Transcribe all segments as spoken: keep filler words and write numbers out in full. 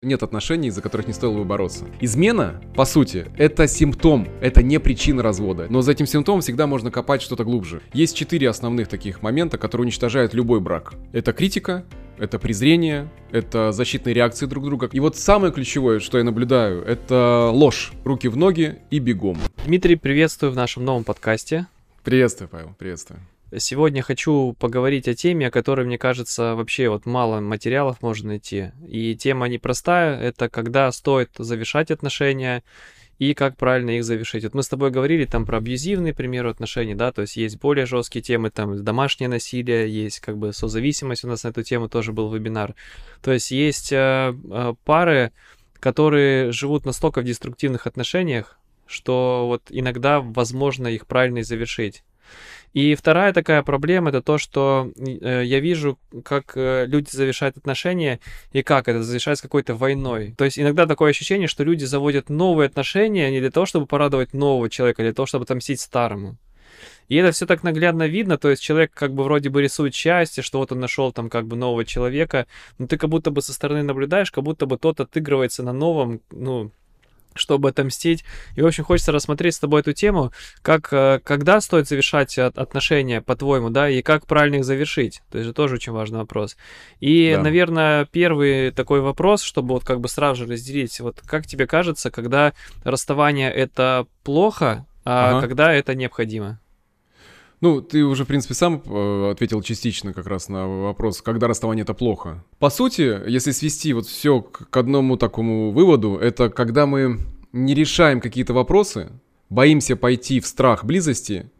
Нет отношений, из-за которых не стоило бы бороться. Измена, по сути, это симптом, это не причина развода. Но за этим симптомом всегда можно копать что-то глубже. Есть четыре основных таких момента, которые уничтожают любой брак. Это критика, это презрение, это защитные реакции друг друга. И вот самое ключевое, что я наблюдаю, это ложь. Руки в ноги и бегом. Дмитрий, приветствую в нашем новом подкасте. Приветствую, Павел, приветствую. Сегодня хочу поговорить о теме, о которой, мне кажется, вообще вот мало материалов можно найти. И тема непростая, это когда стоит завершать отношения и как правильно их завершить. Вот мы с тобой говорили там про абьюзивные примеры отношений, да, то есть есть более жесткие темы, там домашнее насилие, есть как бы созависимость, у нас на эту тему тоже был вебинар. То есть есть э, э, пары, которые живут настолько в деструктивных отношениях, что вот иногда возможно их правильно и завершить. И вторая такая проблема, это то, что э, я вижу, как э, люди завершают отношения, и как это завершается какой-то войной. То есть иногда такое ощущение, что люди заводят новые отношения не для того, чтобы порадовать нового человека, а для того, чтобы отомстить старому. И это все так наглядно видно, то есть человек как бы вроде бы рисует счастье, что вот он нашел там как бы нового человека, но ты как будто бы со стороны наблюдаешь, как будто бы тот отыгрывается на новом, ну... чтобы отомстить. И, в общем, хочется рассмотреть с тобой эту тему, как, когда стоит завершать отношения, по-твоему, да, и как правильно их завершить. То есть это тоже очень важный вопрос. И, да. Наверное, первый такой вопрос, чтобы вот как бы сразу же разделить, вот как тебе кажется, когда расставание — это плохо, а ага. когда это необходимо? Ну, ты уже, в принципе, сам э, ответил частично как раз на вопрос, когда расставание — это плохо. По сути, если свести вот все к, к одному такому выводу, это когда мы не решаем какие-то вопросы, боимся пойти в страх близости,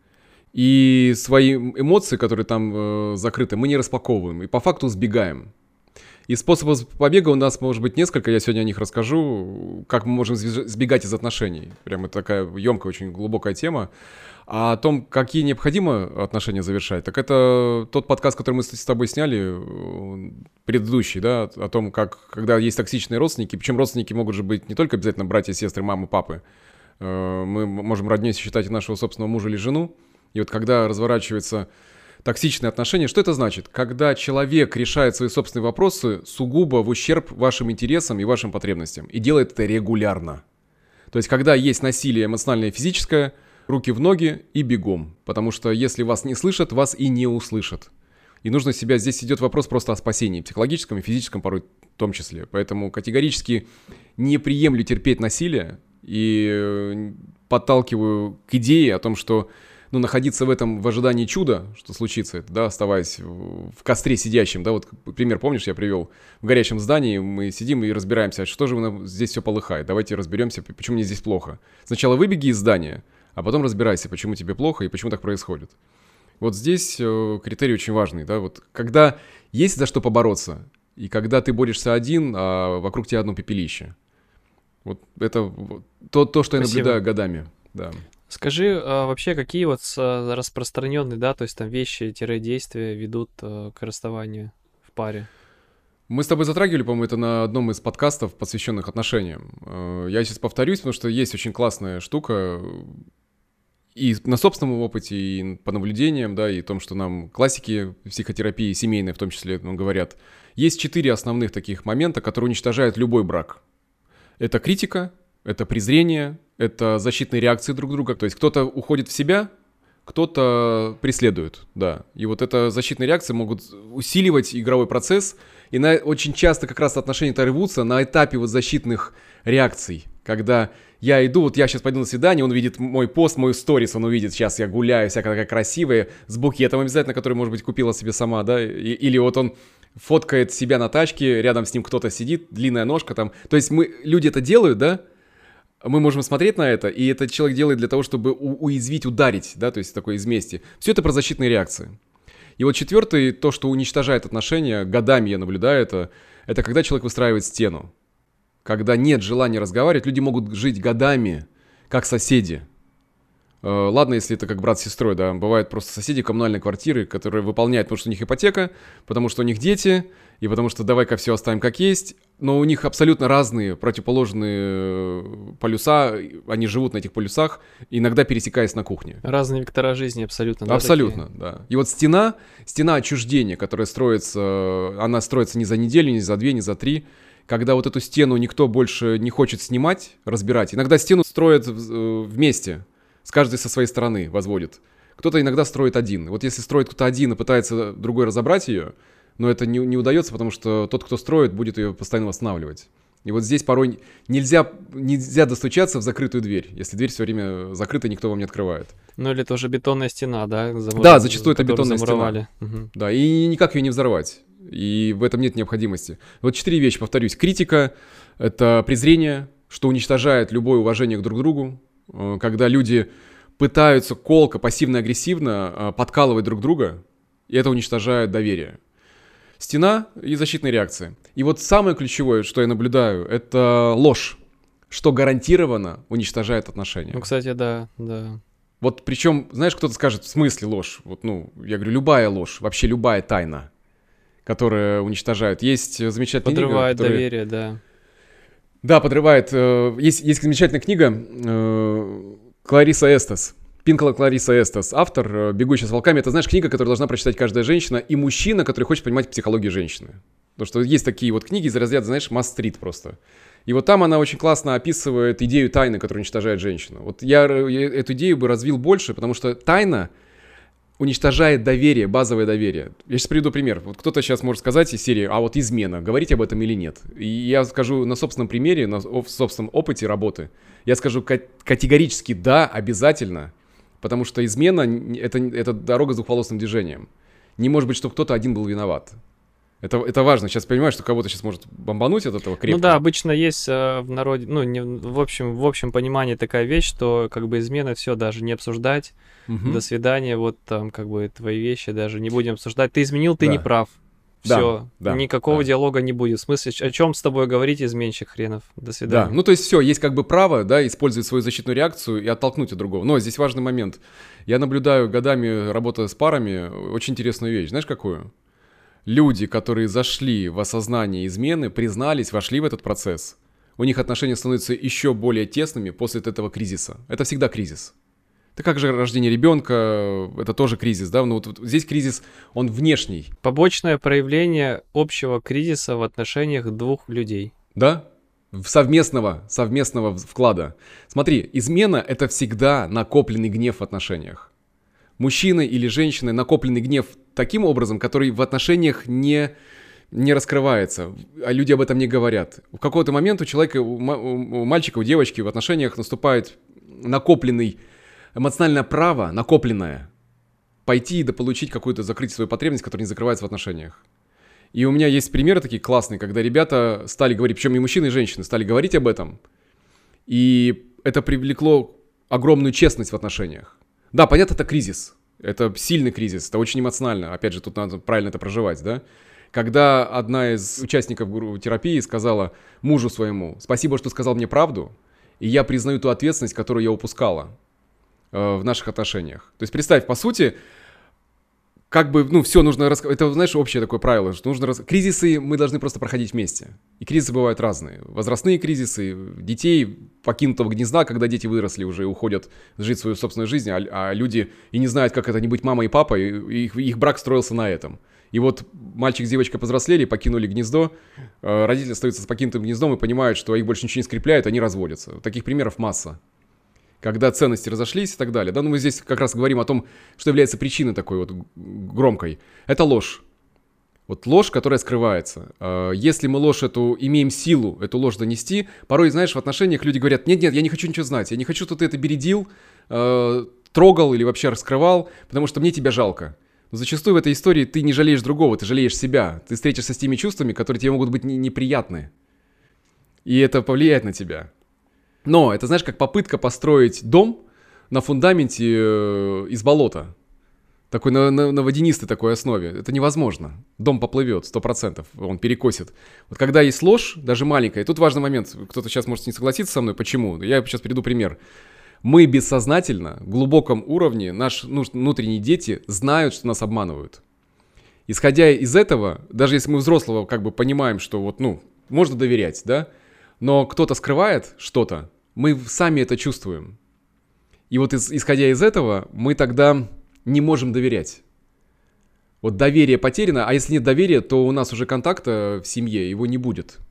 и свои эмоции, которые там э, закрыты, мы не распаковываем, и по факту сбегаем. И способов побега у нас может быть несколько, я сегодня о них расскажу, как мы можем сбегать из отношений. Прямо такая емкая, очень глубокая тема. А о том, какие необходимо отношения завершать, так это тот подкаст, который мы с тобой сняли, предыдущий, да, о том, как, когда есть токсичные родственники, причем родственники могут же быть не только обязательно братья, сестры, мамы, папы. Мы можем родней считать и нашего собственного мужа или жену. И вот когда разворачивается токсичные отношения, что это значит? Когда человек решает свои собственные вопросы сугубо в ущерб вашим интересам и вашим потребностям. И делает это регулярно. То есть, когда есть насилие эмоциональное и физическое, руки в ноги и бегом. Потому что если вас не слышат, вас и не услышат. И нужно себя... Здесь идет вопрос просто о спасении. Психологическом и физическом порой в том числе. Поэтому категорически не приемлю терпеть насилие. И подталкиваю к идее о том, что... Ну, находиться в этом в ожидании чуда, что случится, да, оставаясь в костре сидящим, да, вот пример, помнишь, я привел, в горящем здании мы сидим и разбираемся, что же нам здесь все полыхает, давайте разберемся, почему мне здесь плохо. Сначала выбеги из здания, а потом разбирайся, почему тебе плохо и почему так происходит. Вот здесь критерий очень важный, да, вот когда есть за что побороться, и когда ты борешься один, а вокруг тебя одно пепелище. Вот это то, то что я Спасибо. наблюдаю годами, да. Скажи, а вообще, какие вот распространенные, да, то есть там вещи-действия ведут к расставанию в паре? Мы с тобой затрагивали, по-моему, это на одном из подкастов, посвященных отношениям. Я сейчас повторюсь, потому что есть очень классная штука и на собственном опыте, и по наблюдениям, да, и том, что нам классики психотерапии, семейные в том числе, ну, говорят. Есть четыре основных таких момента, которые уничтожают любой брак. Это критика, это презрение, это защитные реакции друг друга. То есть кто-то уходит в себя, кто-то преследует, да. И вот это защитные реакции могут усиливать игровой процесс. И на, очень часто как раз отношения-то рвутся на этапе вот защитных реакций. Когда я иду, вот я сейчас пойду на свидание, он видит мой пост, мой сторис, он увидит, сейчас я гуляю, всякая такая красивая, с букетом обязательно, который, может быть, купила себе сама, да. И, или вот он фоткает себя на тачке, рядом с ним кто-то сидит, длинная ножка там. То есть мы, люди это делают, да. Мы можем смотреть на это, и этот человек делает для того, чтобы у- уязвить, ударить, да, то есть такое из мести. Все это про защитные реакции. И вот четвертый, то, что уничтожает отношения, годами я наблюдаю это, это когда человек выстраивает стену. Когда нет желания разговаривать, люди могут жить годами, как соседи. Ладно, если это как брат с сестрой, да, бывают просто соседи коммунальной квартиры, которые выполняют, потому что у них ипотека, потому что у них дети, и потому что давай-ка все оставим как есть, но у них абсолютно разные противоположные полюса, они живут на этих полюсах, иногда пересекаясь на кухне. Разные вектора жизни абсолютно, да? Абсолютно, такие? Да. И вот стена, стена отчуждения, которая строится, она строится не за неделю, не за две, не за три, когда вот эту стену никто больше не хочет снимать, разбирать. Иногда стену строят вместе, с каждой со своей стороны возводит. Кто-то иногда строит один. Вот если строит кто-то один и пытается другой разобрать ее, но это не, не удается, потому что тот, кто строит, будет ее постоянно восстанавливать. И вот здесь порой нельзя, нельзя достучаться в закрытую дверь, если дверь все время закрыта, никто вам не открывает. Ну или тоже бетонная стена, да? Замур... Да, зачастую это бетонная замуровали. стена. Угу. Да, и никак ее не взорвать. И в этом нет необходимости. Вот четыре вещи, повторюсь. Критика — это презрение, что уничтожает любое уважение к друг другу. Когда люди пытаются колко, пассивно-агрессивно подкалывать друг друга, и это уничтожает доверие. Стена и защитные реакции. И вот самое ключевое, что я наблюдаю, это ложь, что гарантированно уничтожает отношения. Ну, кстати, да, да. Вот причем, знаешь, кто-то скажет, в смысле ложь? Вот, ну, я говорю, любая ложь, вообще любая тайна, которая уничтожает. Есть замечательная книга... Подрывает которая... доверие, да. Да, подрывает. Есть, есть замечательная книга Клариса Эстес. Пинкла Клариса Эстес, автор «Бегущая с волками». Это, знаешь, книга, которую должна прочитать каждая женщина и мужчина, который хочет понимать психологию женщины. Потому что есть такие вот книги из разряда, знаешь, must-read просто. И вот там она очень классно описывает идею тайны, которая уничтожает женщину. Вот я, я эту идею бы развил больше, потому что тайна уничтожает доверие, базовое доверие. Я сейчас приведу пример. Вот кто-то сейчас может сказать из серии, а вот измена, говорить об этом или нет. И я скажу на собственном примере, на собственном опыте работы. Я скажу категорически да, обязательно. Потому что измена это, — это дорога с двухполосным движением. Не может быть, чтобы кто-то один был виноват. Это, это важно. Сейчас понимаешь, что кого-то сейчас может бомбануть от этого крепко. Ну да, обычно есть э, в народе, ну, не, в, общем, в общем понимании такая вещь, что как бы измена, все, даже не обсуждать. Угу. До свидания, вот там как бы твои вещи даже не будем обсуждать. Ты изменил, ты да. не прав. Все, да, никакого да. диалога не будет. В смысле, о чем с тобой говорить, изменщик хренов? До свидания. Да, ну то есть все, есть как бы право, да, использовать свою защитную реакцию и оттолкнуть от другого. Но здесь важный момент. Я наблюдаю годами работы с парами очень интересную вещь. Знаешь, какую? Люди, которые зашли в осознание измены, признались, вошли в этот процесс, у них отношения становятся еще более тесными после этого кризиса. Это всегда кризис. Это как же рождение ребенка, это тоже кризис, да? Но вот, вот здесь кризис, он внешний. Побочное проявление общего кризиса в отношениях двух людей. Да, совместного, совместного вклада. Смотри, измена — это всегда накопленный гнев в отношениях. Мужчины или женщины накопленный гнев таким образом, который в отношениях не, не раскрывается, а люди об этом не говорят. В какой-то момент у человека, у мальчика, у девочки в отношениях наступает накопленный эмоциональное право, накопленное, пойти и дополучить какую-то, закрыть свою потребность, которая не закрывается в отношениях. И у меня есть примеры такие классные, когда ребята стали говорить, причем и мужчины, и женщины стали говорить об этом, и это привлекло огромную честность в отношениях. Да, понятно, это кризис, это сильный кризис, это очень эмоционально, опять же, тут надо правильно это проживать, да? Когда одна из участников терапии сказала мужу своему: спасибо, что сказал мне правду, и я признаю ту ответственность, которую я упускала в наших отношениях. То есть представь, по сути, как бы, ну, все нужно рассказать. Это, знаешь, общее такое правило, что нужно рас... Кризисы мы должны просто проходить вместе. И кризисы бывают разные. Возрастные кризисы, детей покинутого гнезда, когда дети выросли уже и уходят жить свою собственную жизнь, а, а люди и не знают, как это не быть мамой и папой, и их, их брак строился на этом. И вот мальчик с девочкой повзрослели, покинули гнездо, родители остаются с покинутым гнездом и понимают, что их больше ничего не скрепляет, они разводятся. Таких примеров масса. Когда ценности разошлись и так далее. Да, ну мы здесь как раз говорим о том, что является причиной такой вот громкой. Это ложь. Вот ложь, которая скрывается. Если мы ложь эту, имеем силу эту ложь донести, порой, знаешь, в отношениях люди говорят: нет-нет, я не хочу ничего знать, я не хочу, чтобы ты это бередил, трогал или вообще раскрывал, потому что мне тебя жалко. Но зачастую в этой истории ты не жалеешь другого, ты жалеешь себя. Ты встретишься с теми чувствами, которые тебе могут быть неприятны. И это повлияет на тебя. Но это, знаешь, как попытка построить дом на фундаменте э, из болота. Такой на, на, на водянистой такой основе. Это невозможно. Дом поплывет, сто процентов, он перекосит. Вот когда есть ложь, даже маленькая, и тут важный момент, кто-то сейчас может не согласиться со мной, почему? Я сейчас приведу пример. Мы бессознательно, в глубоком уровне, наши ну, внутренние дети знают, что нас обманывают. Исходя из этого, даже если мы взрослого как бы понимаем, что вот, ну, можно доверять, да, но кто-то скрывает что-то, мы сами это чувствуем. И вот из, исходя из этого, мы тогда не можем доверять. Вот доверие потеряно, а если нет доверия, то у нас уже контакта в семье, его не будет.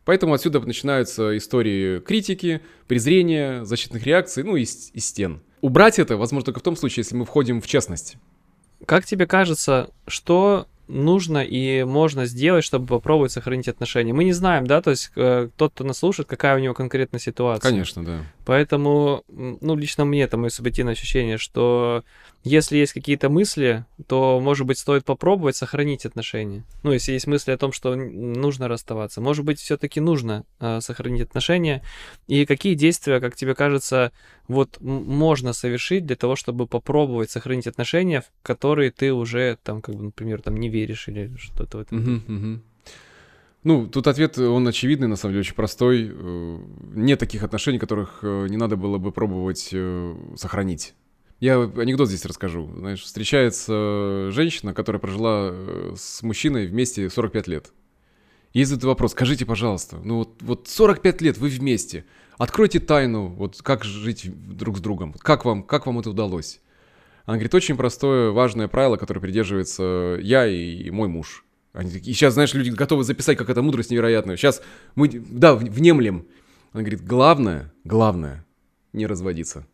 Поэтому отсюда начинаются истории критики, презрения, защитных реакций, ну и, и стен. Убрать это возможно только в том случае, если мы входим в честность. Как тебе кажется, что нужно и можно сделать, чтобы попробовать сохранить отношения? Мы не знаем, да, то есть э, тот, кто нас слушает, какая у него конкретная ситуация. Конечно, да. Поэтому, ну, лично мне это мое субъективное ощущение, что если есть какие-то мысли, то, может быть, стоит попробовать сохранить отношения. Ну, если есть мысли о том, что нужно расставаться, может быть, все-таки нужно э, сохранить отношения. И какие действия, как тебе кажется, вот можно совершить для того, чтобы попробовать сохранить отношения, в которые ты уже, там, как бы, например, там, не веришь или что-то в этом? Uh-huh, uh-huh. Ну, тут ответ, он очевидный, на самом деле, очень простой. Нет таких отношений, которых не надо было бы пробовать сохранить. Я анекдот здесь расскажу. Знаешь, встречается женщина, которая прожила с мужчиной вместе сорок пять лет. Ей задают вопрос: скажите, пожалуйста, ну вот, вот сорок пять лет вы вместе, откройте тайну, вот как жить друг с другом, как вам, как вам это удалось? Она говорит: очень простое, важное правило, которое придерживается я и мой муж. Они такие, и сейчас, знаешь, люди готовы записать, как это мудрость невероятная. Сейчас мы, да, внемлем. Она говорит: главное, главное, не разводиться.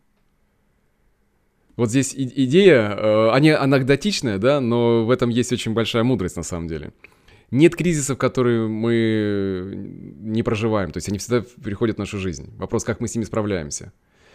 Вот здесь и- идея, э, она анекдотичная, да, но в этом есть очень большая мудрость на самом деле. Нет кризисов, которые мы не проживаем, то есть они всегда приходят в нашу жизнь. Вопрос, как мы с ними справляемся.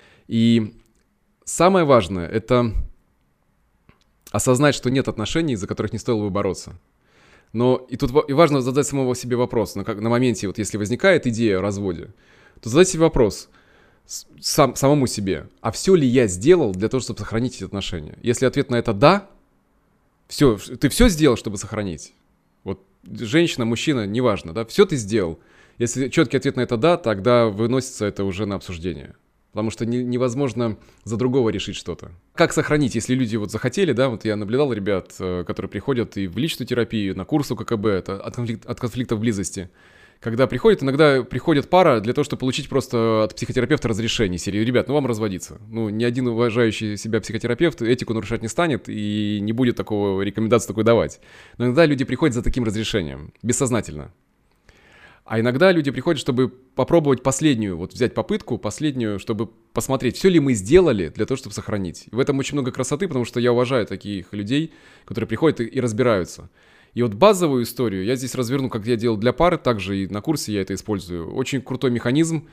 И самое важное — это осознать, что нет отношений, за которых не стоило бы бороться. Но и тут и важно задать самого себе вопрос. На, как, на моменте, вот если возникает идея о разводе, то задать себе вопрос сам, самому себе: а все ли я сделал для того, чтобы сохранить эти отношения? Если ответ на это «да», все, ты все сделал, чтобы сохранить? Вот женщина, мужчина, неважно, да, все ты сделал. Если четкий ответ на это «да», тогда выносится это уже на обсуждение. Потому что не, невозможно за другого решить что-то. Как сохранить, если люди вот захотели, да, вот я наблюдал ребят, которые приходят и в личную терапию, на курс УККБ, это от, конфликт, от конфликтов близости. Когда приходят, иногда приходит пара для того, чтобы получить просто от психотерапевта разрешение. Серии: ребят, ну вам разводиться. Ну, ни один уважающий себя психотерапевт этику нарушать не станет и не будет такого рекомендации такой давать. Но иногда люди приходят за таким разрешением, бессознательно. А иногда люди приходят, чтобы попробовать последнюю, вот взять попытку, последнюю, чтобы посмотреть, все ли мы сделали для того, чтобы сохранить. И в этом очень много красоты, потому что я уважаю таких людей, которые приходят и, и разбираются. И вот базовую историю я здесь разверну, как я делал для пары, также и на курсе я это использую. Очень крутой механизм,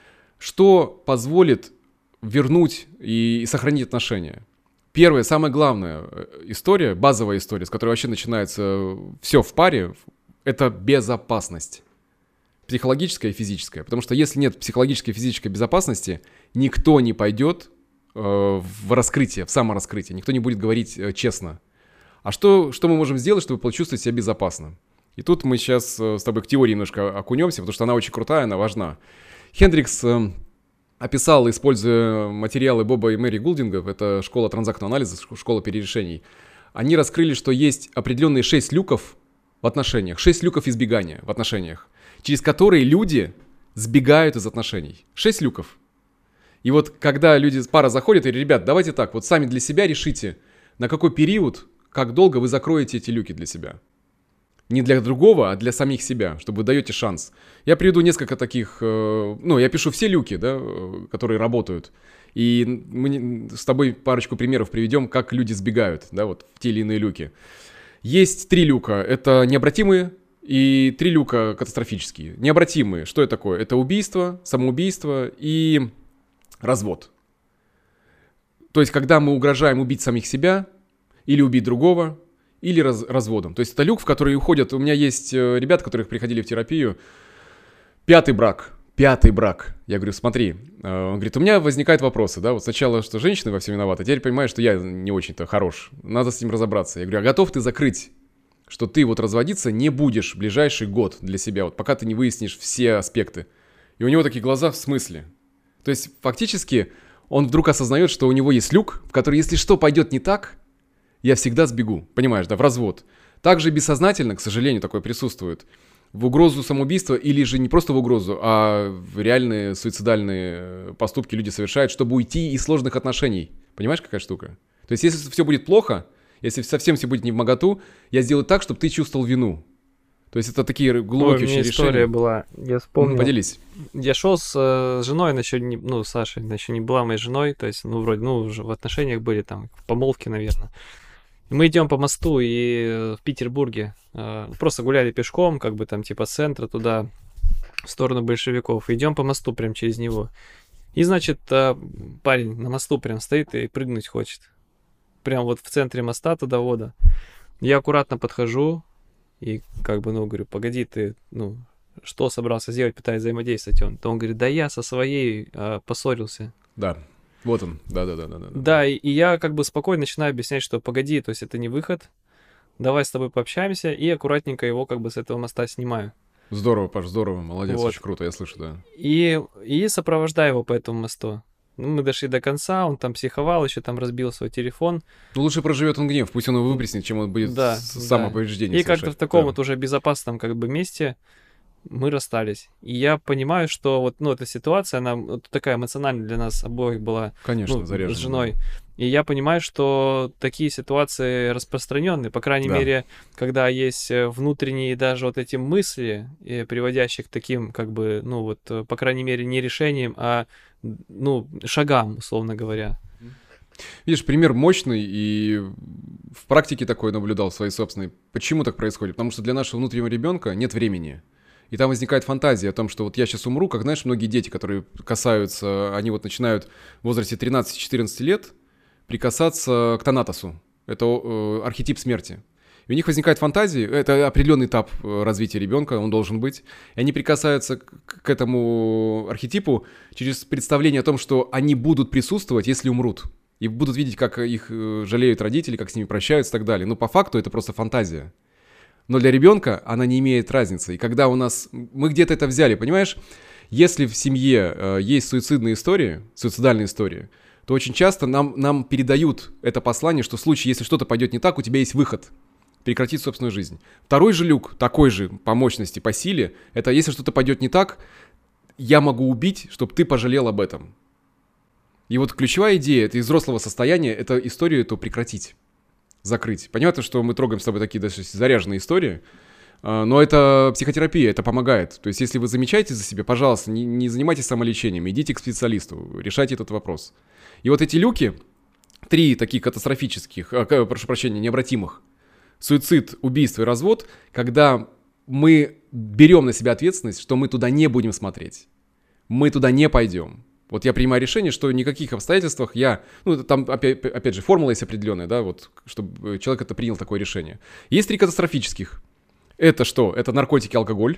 что позволит вернуть и, и сохранить отношения. Первая, самая главная история, базовая история, с которой вообще начинается все в паре, это безопасность. Психологическая и физическая. Потому что если нет психологической и физической безопасности, никто не пойдет э, в раскрытие, в самораскрытие, никто не будет говорить э, честно. А что, что мы можем сделать, чтобы почувствовать себя безопасно? И тут мы сейчас э, с тобой к теории немножко окунемся, потому что она очень крутая, она важна. Хендрикс э, описал, используя материалы Боба и Мэри Гулдингов, это школа транзактного анализа, школа перерешений, они раскрыли, что есть определенные шесть люков в отношениях, шесть люков избегания в отношениях, через которые люди сбегают из отношений. Шесть люков. И вот когда люди, пара заходит, и: ребят, давайте так, вот сами для себя решите, на какой период, как долго вы закроете эти люки для себя. Не для другого, а для самих себя, чтобы вы даете шанс. Я приведу несколько таких, ну, я пишу все люки, да, которые работают. И мы с тобой парочку примеров приведем, как люди сбегают, да, вот в те или иные люки. Есть три люка. Это необратимые, и три люка катастрофические. Необратимые. Что это такое? Это убийство, самоубийство и развод. То есть, когда мы угрожаем убить самих себя, или убить другого, или раз, разводом. То есть, это люк, в который уходят... У меня есть ребята, которые приходили в терапию. Пятый брак. Пятый брак. Я говорю: смотри. Он говорит: у меня возникают вопросы. Да? Вот сначала, что женщины во всем виноваты, а теперь понимаю, что я не очень-то хорош. Надо с ним разобраться. Я говорю: а готов ты закрыть, что ты вот разводиться не будешь в ближайший год для себя, вот пока ты не выяснишь все аспекты. И у него такие глаза: в смысле? То есть фактически он вдруг осознает, что у него есть люк, в который, если что пойдет не так, я всегда сбегу, понимаешь, да, в развод. Также бессознательно, к сожалению, такое присутствует, в угрозу самоубийства, или же не просто в угрозу, а в реальные суицидальные поступки люди совершают, чтобы уйти из сложных отношений. Понимаешь, какая штука? То есть если все будет плохо, если совсем все будет невмоготу, я сделаю так, чтобы ты чувствовал вину. То есть это такие Ой, у глубокие меня очень история решения. была, я Ну, вспомнил. поделись. Я шел с э, женой, она еще не, ну, Саша, она еще не была моей женой, то есть, ну, вроде, ну, уже в отношениях были, там, в помолвке, наверное. Мы идем по мосту, и э, в Петербурге э, просто гуляли пешком, как бы там, типа, с центра туда, в сторону большевиков. Идем по мосту прям через него. И, значит, э, парень на мосту прям стоит и прыгнуть хочет. Прям вот в центре моста туда вода. Я аккуратно подхожу и как бы, ну, говорю, погоди, ты, ну, что собрался сделать, пытаясь взаимодействовать он. То он говорит, да я со своей э, поссорился. Да, вот он, да-да-да. Да, и, и я как бы спокойно начинаю объяснять, что погоди, то есть это не выход, давай с тобой пообщаемся, и аккуратненько его как бы с этого моста снимаю. Здорово, Паш, здорово, молодец, Вот. очень круто, я слышу, да. И, и сопровождаю его по этому мосту. Ну, мы дошли до конца, он там психовал, еще там разбил свой телефон. Ну, лучше проживет он гнев, пусть он его выплеснет, чем он будет Да, с- да. самоповреждение И как-то совершать. в таком Да. вот уже безопасном как бы месте мы расстались. И я понимаю, что вот, ну, эта ситуация, она вот такая эмоциональная для нас обоих была, Конечно, ну, заряжено. с женой. И я понимаю, что такие ситуации распространенные, по крайней Да. мере, когда есть э, внутренние даже вот эти мысли, э, приводящие к таким, как бы, ну вот, э, по крайней мере, не решениям, а, м, ну, шагам, условно говоря. Видишь, пример мощный, и в практике такой наблюдал своей собственной. Почему так происходит? Потому что для нашего внутреннего ребенка нет времени. И там возникает фантазия о том, что вот я сейчас умру, как, знаешь, многие дети, которые касаются, они вот начинают в возрасте тринадцати-четырнадцати лет прикасаться к Танатосу. Это э, архетип смерти. И у них возникает фантазия, это определенный этап э, развития ребенка, он должен быть. И они прикасаются к, к этому архетипу через представление о том, что они будут присутствовать, если умрут. И будут видеть, как их э, жалеют родители, как с ними прощаются и так далее. Но по факту это просто фантазия. Но для ребенка она не имеет разницы. И когда у нас... Мы где-то это взяли, понимаешь? Если в семье э, есть суицидные истории, суицидальные истории, то очень часто нам, нам передают это послание, что в случае, если что-то пойдет не так, у тебя есть выход. Прекратить собственную жизнь. Второй же люк, такой же по мощности, по силе, это если что-то пойдет не так, я могу убить, чтобы ты пожалел об этом. И вот ключевая идея, это из взрослого состояния, это историю эту прекратить, закрыть. Понятно, что мы трогаем с тобой такие даже заряженные истории, но это психотерапия, это помогает. То есть если вы замечаете за себя, пожалуйста, не, не занимайтесь самолечением, идите к специалисту, решайте этот вопрос. И вот эти люки, три таких катастрофических, э, прошу прощения, необратимых, суицид, убийство и развод, когда мы берем на себя ответственность, что мы туда не будем смотреть, мы туда не пойдем. Вот я принимаю решение, что в никаких обстоятельствах я... Ну, там, опять, опять же, формула есть определенная, да, вот, чтобы человек это принял такое решение. Есть три катастрофических. Это что? Это наркотики, алкоголь.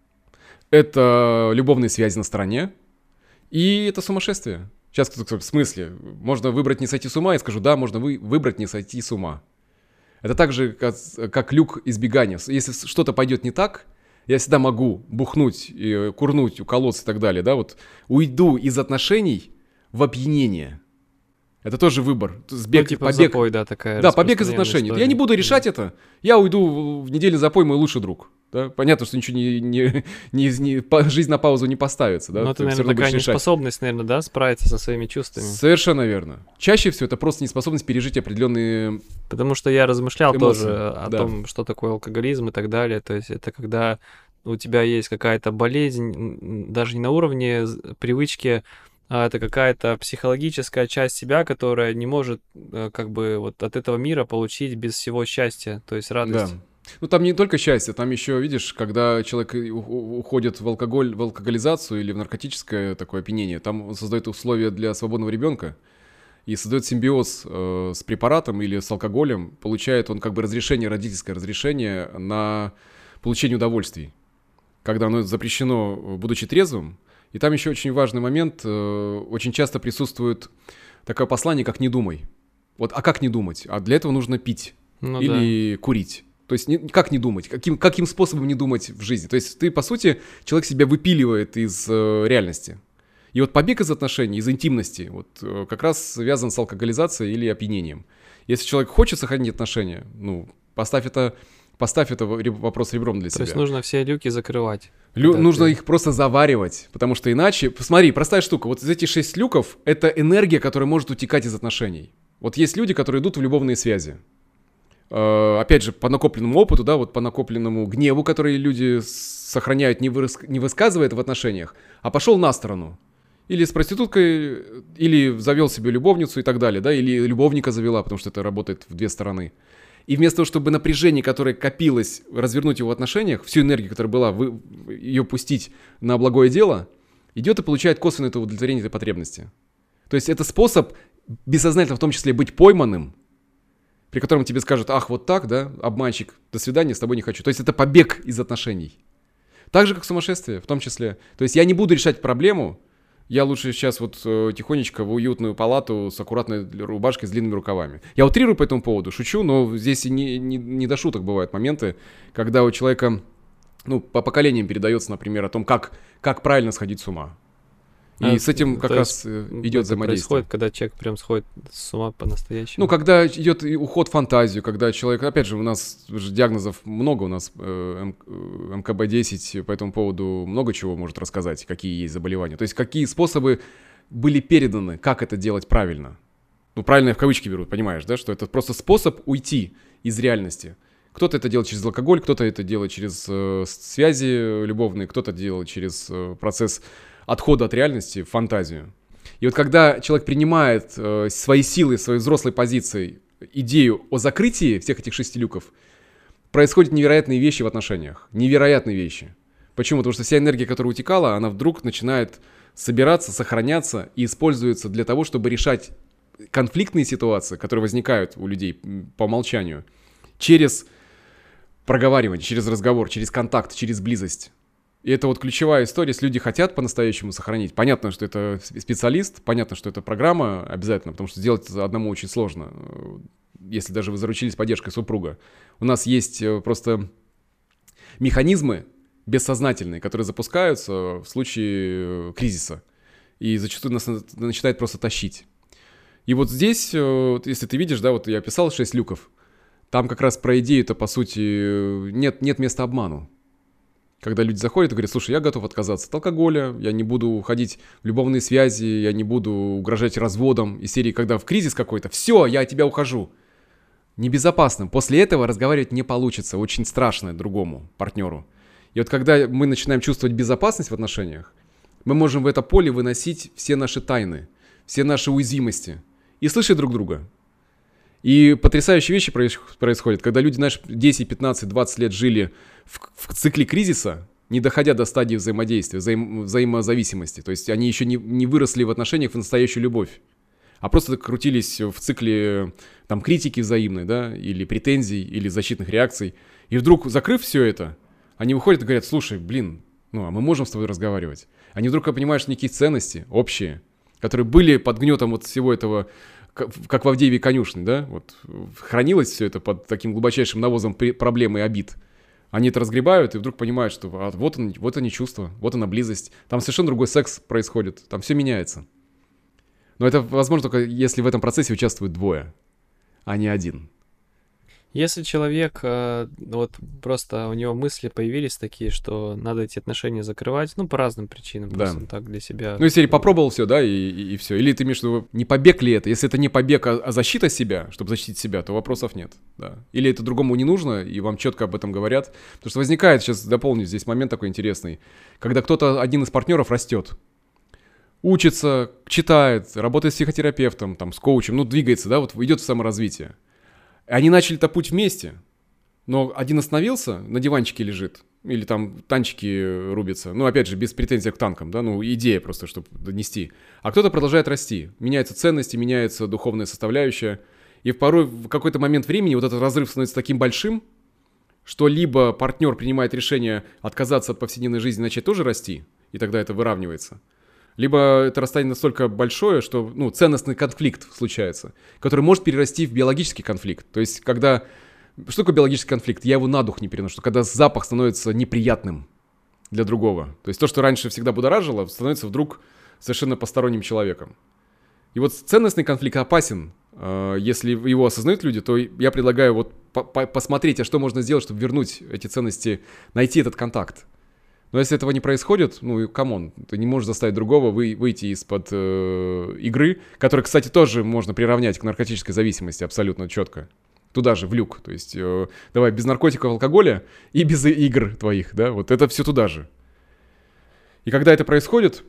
Это любовные связи на стороне. И это сумасшествие. Сейчас кто-то в смысле? Можно выбрать не сойти с ума? Я скажу, да, можно вы, выбрать не сойти с ума. Это так же, как, как люк избегания. Если что-то пойдет не так... Я всегда могу бухнуть, курнуть, уколоться и так далее, да, вот уйду из отношений в опьянение. Это тоже выбор. Сбег, Ну, типа побег. запой, да, такая Да, побег из распространенная отношений. история. Я не буду решать это. Я уйду в недельный запой, мой лучший друг. Да? Понятно, что ничего не, не, не, не по- жизнь на паузу не поставится. Да? Ну, Ты это, всё наверное, равно будешь такая решать. неспособность, наверное, да, справиться со своими чувствами. Совершенно верно. Чаще всего это просто неспособность пережить определенные... Потому что я размышлял Эмоции, тоже о да. том, что такое алкоголизм и так далее. То есть это когда у тебя есть какая-то болезнь, м, даже не на уровне з- привычки, а это какая-то психологическая часть себя, которая не может э, как бы вот от этого мира получить без всего счастья, то есть Да. радость. Ну, там не только счастье, там еще, видишь, когда человек и у- у- уходит в алкоголь, в алкоголизацию или в наркотическое такое опьянение, там он создает условия для свободного ребенка и создает симбиоз э, с препаратом или с алкоголем, получает он как бы разрешение, родительское разрешение на получение удовольствий, когда оно запрещено, будучи трезвым. И там еще очень важный момент, э, очень часто присутствует такое послание, как «не думай». Вот, а как не думать? А для этого нужно пить Ну да. или курить. То есть не- как не думать? Каким, каким способом не думать в жизни? То есть ты, по сути, человек себя выпиливает из э, реальности. И вот побег из отношений, из интимности, вот э, как раз связан с алкоголизацией или опьянением. Если человек хочет сохранить отношения, ну, поставь это, поставь это в- реб- вопрос ребром для То себя. есть нужно все люки закрывать. Лю- Да, нужно ты- их просто заваривать, потому что иначе... Посмотри, простая штука. Вот из этих шесть люков — это энергия, которая может утекать из отношений. Вот есть люди, которые идут в любовные связи. э, опять же, по накопленному опыту, да, вот по накопленному гневу, который люди сохраняют, не, вырас... не высказывая это в отношениях, а пошел на сторону. Или с проституткой, или завел себе любовницу и так далее, да, или любовника завела, потому что это работает в две стороны. И вместо того, чтобы напряжение, которое копилось, развернуть его в отношениях, всю энергию, которая была, вы... ее пустить на благое дело, идет и получает косвенное это удовлетворение этой потребности. То есть это способ бессознательно в том числе быть пойманным, при котором тебе скажут: ах, вот так, да, обманщик, до свидания, с тобой не хочу. То есть это побег из отношений. Так же, как сумасшествие в том числе. То есть я не буду решать проблему, я лучше сейчас вот э, тихонечко в уютную палату с аккуратной рубашкой с длинными рукавами. Я утрирую по этому поводу, шучу, но здесь и не, не, не до шуток бывают моменты, когда у человека, ну, по поколениям передается, например, о том, как, как правильно сходить с ума. И а, с этим как раз идет взаимодействие. Происходит, когда человек прям сходит с ума по-настоящему. Ну, когда идет уход в фантазию, когда человек, опять же, у нас же диагнозов много, у нас э, эм ка бэ десять по этому поводу много чего может рассказать, какие есть заболевания. То есть какие способы были переданы, как это делать правильно. Ну, правильно в кавычки берут, понимаешь, да, что это просто способ уйти из реальности. Кто-то это делает через алкоголь, кто-то это делает через э, связи любовные, кто-то делает через э, процесс отхода от реальности в фантазию. И вот когда человек принимает э, свои силы, своей взрослой позиции, идею о закрытии всех этих шести люков, происходят невероятные вещи в отношениях. Невероятные вещи. Почему? Потому что вся энергия, которая утекала, она вдруг начинает собираться, сохраняться и используется для того, чтобы решать конфликтные ситуации, которые возникают у людей по умолчанию, через проговаривание, через разговор, через контакт, через близость. И это вот ключевая история, если люди хотят по-настоящему сохранить. Понятно, что это специалист, понятно, что это программа обязательно, потому что сделать это одному очень сложно, если даже вы заручились поддержкой супруга. У нас есть просто механизмы бессознательные, которые запускаются в случае кризиса. И зачастую нас начинает просто тащить. И вот здесь, если ты видишь, да, вот я описал шесть люков, там как раз про идею-то, по сути, нет, нет места обману. Когда люди заходят и говорят: слушай, я готов отказаться от алкоголя, я не буду уходить в любовные связи, я не буду угрожать разводом. Из серии, когда в кризис какой-то, все, я от тебя ухожу. Небезопасно. После этого разговаривать не получится, очень страшно другому партнеру. И вот когда мы начинаем чувствовать безопасность в отношениях, мы можем в это поле выносить все наши тайны, все наши уязвимости и слышать друг друга. И потрясающие вещи происходят, когда люди, знаешь, десять, пятнадцать, двадцать лет жили в, в цикле кризиса, не доходя до стадии взаимодействия, взаим, взаимозависимости. То есть они еще не, не выросли в отношениях в настоящую любовь, а просто крутились в цикле там, критики взаимной, да, или претензий, или защитных реакций. И вдруг, закрыв все это, они выходят и говорят: слушай, блин, ну а мы можем с тобой разговаривать. Они вдруг понимают, что некие ценности общие, которые были под гнетом вот всего этого, как в Авдееве конюшне, да, вот хранилось все это под таким глубочайшим навозом проблем и обид. Они это разгребают и вдруг понимают, что а, вот, он, вот они чувства, вот она близость. Там совершенно другой секс происходит, там все меняется. Но это возможно только если в этом процессе участвуют двое, а не один. Если человек, э, вот просто у него мысли появились такие, что надо эти отношения закрывать, ну, по разным причинам, просто да. он так для себя... Ну, если попробовал все, да, и, и, и все. Или ты имеешь в виду, не побег ли это? Если это не побег, а, а защита себя, чтобы защитить себя, то вопросов нет, да. Или это другому не нужно, и вам четко об этом говорят. Потому что возникает, сейчас дополню, здесь момент такой интересный, когда кто-то, один из партнеров растет, учится, читает, работает с психотерапевтом, там, с коучем, ну, двигается, да, вот идет в саморазвитие. Они начали-то путь вместе, но один остановился, на диванчике лежит, или там танчики рубятся, ну, опять же, без претензий к танкам, да, ну, идея просто, чтобы донести. А кто-то продолжает расти, меняются ценности, меняется духовная составляющая, и порой в какой-то момент времени вот этот разрыв становится таким большим, что либо партнер принимает решение отказаться от повседневной жизни и начать тоже расти, и тогда это выравнивается, либо это расстояние настолько большое, что, ну, ценностный конфликт случается, который может перерасти в биологический конфликт. То есть, когда... Что такое биологический конфликт? Я его на дух не переношу. Когда запах становится неприятным для другого. То есть, то, что раньше всегда будоражило, становится вдруг совершенно посторонним человеком. И вот ценностный конфликт опасен. Если его осознают люди, то я предлагаю вот посмотреть, а что можно сделать, чтобы вернуть эти ценности, найти этот контакт. Но если этого не происходит, ну, камон, ты не можешь заставить другого вы, выйти из-под э, игры, которая, кстати, тоже можно приравнять к наркотической зависимости абсолютно четко. Туда же, в люк. То есть, э, давай, без наркотиков, алкоголя и без игр твоих, да, вот это все туда же. И когда это происходит,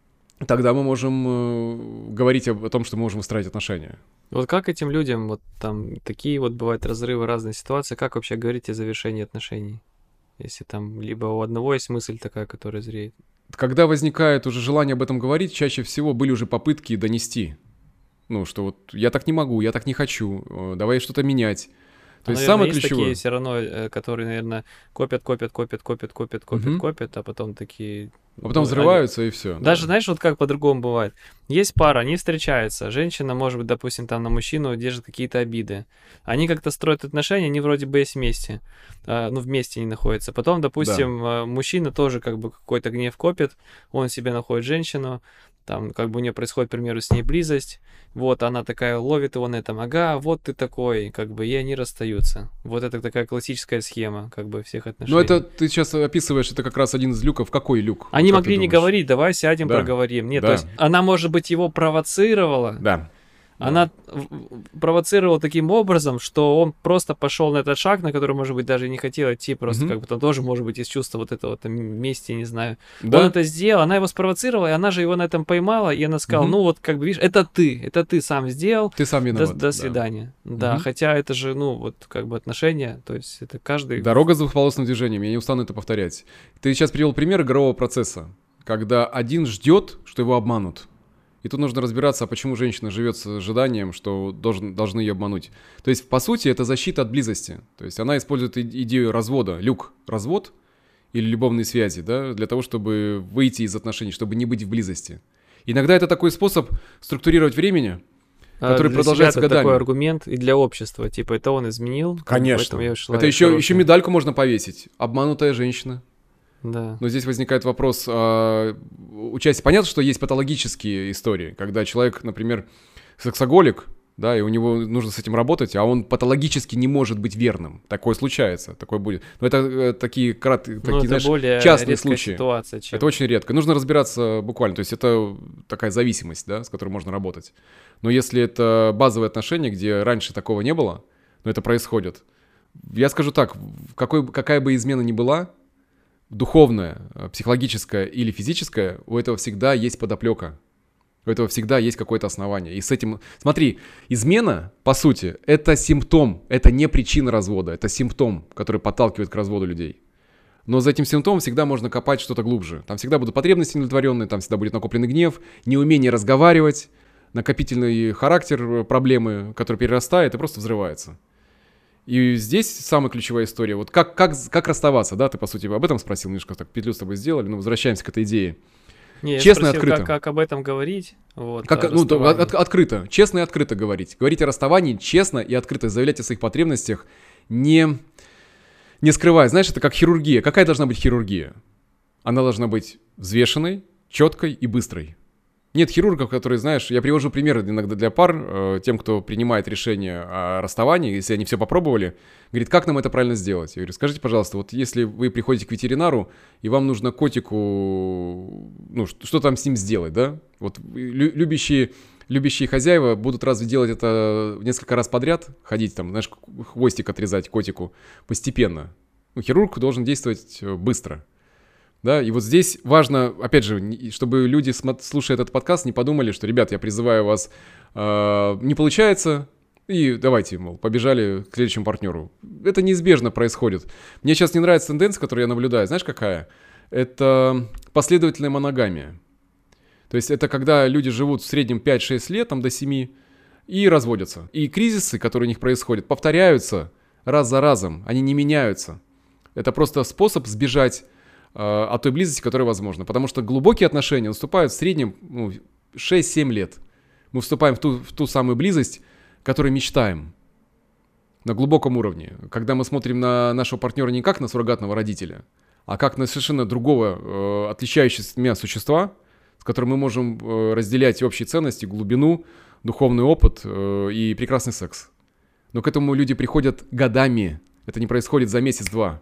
тогда мы можем э, говорить об, о том, что мы можем выстраивать отношения. Вот как этим людям, вот там такие вот бывают разрывы, разные ситуации, как вообще говорить о завершении отношений? Если там либо у одного есть мысль такая, которая зреет. Когда возникает уже желание об этом говорить, чаще всего были уже попытки донести. Ну, что вот я так не могу, я так не хочу, э, давай что-то менять. То А, есть наверное, самое есть ключевое... такие все равно, э, которые, наверное, копят, копят, копят, копят, копят, копят, Мгм. копят, а потом такие... А потом ну, взрываются и все. Даже, знаешь, вот как по-другому бывает. Есть пара, они встречаются. Женщина, может быть, допустим, там на мужчину держит какие-то обиды. Они как-то строят отношения, они вроде бы есть вместе. А, ну, вместе они находятся. Потом, допустим, а, мужчина тоже как бы какой-то гнев копит. Он себе находит женщину. Там, как бы у нее происходит, к примеру, с ней близость. Вот, она такая ловит его на этом. Ага, вот ты такой. Как бы, и они расстаются. Вот это такая классическая схема, как бы, всех отношений. Но это ты сейчас описываешь, это как раз один из люков. Какой люк? Они Вот как могли ты не думаешь? говорить, давай сядем, Да. проговорим. Нет, Да. то есть она, может быть, его провоцировала. Да. Она в- в- провоцировала таким образом, что он просто пошел на этот шаг, на который, может быть, даже и не хотел идти, просто Мгм. как бы там тоже, может быть, из чувства вот этого там мести, не знаю. Да. Он это сделал, она его спровоцировала, и она же его на этом поймала, и она сказала, Мгм. ну вот, как бы, видишь, это ты, это ты сам сделал, Ты сам до, виноват. до да. свидания. Да, Мгм. хотя это же, ну, вот, как бы отношения, то есть это каждый... Дорога с двухполосным движением, я не устану это повторять. Ты сейчас привел пример игрового процесса, когда один ждет, что его обманут. И тут нужно разбираться, а почему женщина живет с ожиданием, что должен, должны ее обмануть. То есть, по сути, это защита от близости. То есть она использует и- идею развода, люк, развод или любовные связи, да, для того, чтобы выйти из отношений, чтобы не быть в близости. Иногда это такой способ структурировать времени, А, который для продолжается себя это такой годами. аргумент и для общества, типа, это он изменил, Конечно. поэтому я ушла Это и еще, еще хорошая. медальку можно повесить. Обманутая женщина. Да. Но здесь возникает вопрос а, участия. Понятно, что есть патологические истории, когда человек, например, сексоголик, да, и у него нужно с этим работать, а он патологически не может быть верным. Такое случается, такое будет. Но это э, такие, крат, Ну, такие это знаешь, более частные редкая случаи. ситуация, чем... Это очень редко. Нужно разбираться буквально. То есть это такая зависимость, да, с которой можно работать. Но если это базовые отношения, где раньше такого не было, но это происходит. Я скажу так, в какой, какая бы измена ни была, духовная, психологическая или физическая, у этого всегда есть подоплека. У этого всегда есть какое-то основание. И с этим... Смотри, измена, по сути, это симптом, это не причина развода, это симптом, который подталкивает к разводу людей. Но за этим симптомом всегда можно копать что-то глубже. Там всегда будут потребности недовлетворенные, там всегда будет накопленный гнев, неумение разговаривать, накопительный характер проблемы, который перерастает и просто взрывается. И здесь самая ключевая история. Вот как, как, как расставаться, да? Ты, по сути, об этом спросил, немножко так петлю с тобой сделали, но возвращаемся к этой идее. Не, я Честно и спросил, открыто. Как, как об этом говорить. Вот, Как, о ну, то, расставании. от- открыто, честно и открыто говорить. Говорить о расставании честно и открыто, заявлять о своих потребностях, не, не скрывая. Знаешь, это как хирургия. Какая должна быть хирургия? Она должна быть взвешенной, четкой и быстрой. Нет хирургов, которые, знаешь, я привожу примеры иногда для пар, э, тем, кто принимает решение о расставании, если они все попробовали, говорит, как нам это правильно сделать? Я говорю, скажите, пожалуйста, вот если вы приходите к ветеринару, и вам нужно котику, ну, что, что там с ним сделать, да? Вот лю- любящие, любящие хозяева будут разве делать это несколько раз подряд, ходить там, знаешь, хвостик отрезать котику постепенно. Ну, хирург должен действовать э, быстро. Да, и вот здесь важно, опять же, не- чтобы люди, смо- слушая этот подкаст, не подумали, что, ребят, я призываю вас, э, не получается, и давайте, мол, побежали к следующему партнеру. Это неизбежно происходит. Мне сейчас не нравится тенденция, которую я наблюдаю. Знаешь, какая? Это последовательная моногамия. То есть это когда люди живут в среднем пять-шесть лет, там до семи, и разводятся. И кризисы, которые у них происходят, повторяются раз за разом, они не меняются. Это просто способ сбежать от той близости, которая возможна. Потому что глубокие отношения наступают в среднем ну, шесть-семь лет. Мы вступаем в ту, в ту самую близость, которой мечтаем. На глубоком уровне. Когда мы смотрим на нашего партнера не как на суррогатного родителя, а как на совершенно другого, э, отличающегося меня существа, с которым мы можем э, разделять общие ценности, глубину, духовный опыт э, и прекрасный секс. Но к этому люди приходят годами. Это не происходит за месяц-два.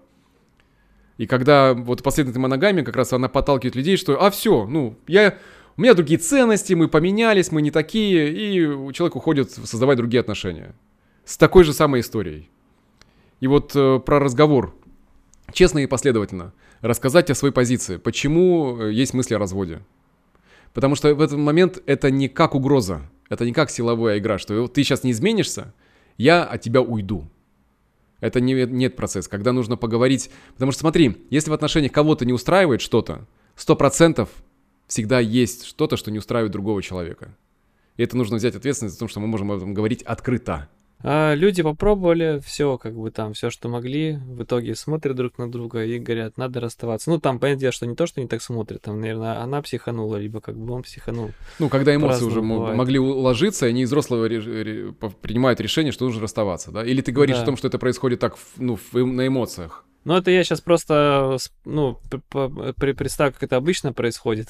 И когда вот последовательная моногамия, как раз она подталкивает людей, что а все, ну, я, у меня другие ценности, мы поменялись, мы не такие, и человек уходит создавать другие отношения. с такой же самой историей. И вот э, про разговор. Честно и последовательно рассказать о своей позиции. Почему есть мысли о разводе. Потому что в этот момент это не как угроза. Это не как силовая игра, что ты сейчас не изменишься, я от тебя уйду. Это не, нет процесс, когда нужно поговорить. Потому что смотри, если в отношениях кого-то не устраивает что-то, сто процентов всегда есть что-то, что не устраивает другого человека. И это нужно взять ответственность за то, что мы можем об этом говорить открыто. А люди попробовали все, как бы там, все, что могли, в итоге смотрят друг на друга и говорят, надо расставаться. Ну, там, понятное дело, что не то, что они так смотрят, там, наверное, она психанула, либо как бы он психанул. Ну, когда эмоции По-разному уже бывает. могли уложиться, и они из взрослого ре- ре- принимают решение, что нужно расставаться, да? Или ты говоришь Да. о том, что это происходит так, в- ну, в- на эмоциях. Ну, это я сейчас просто, с- ну, п- п- при- представь, как это обычно происходит.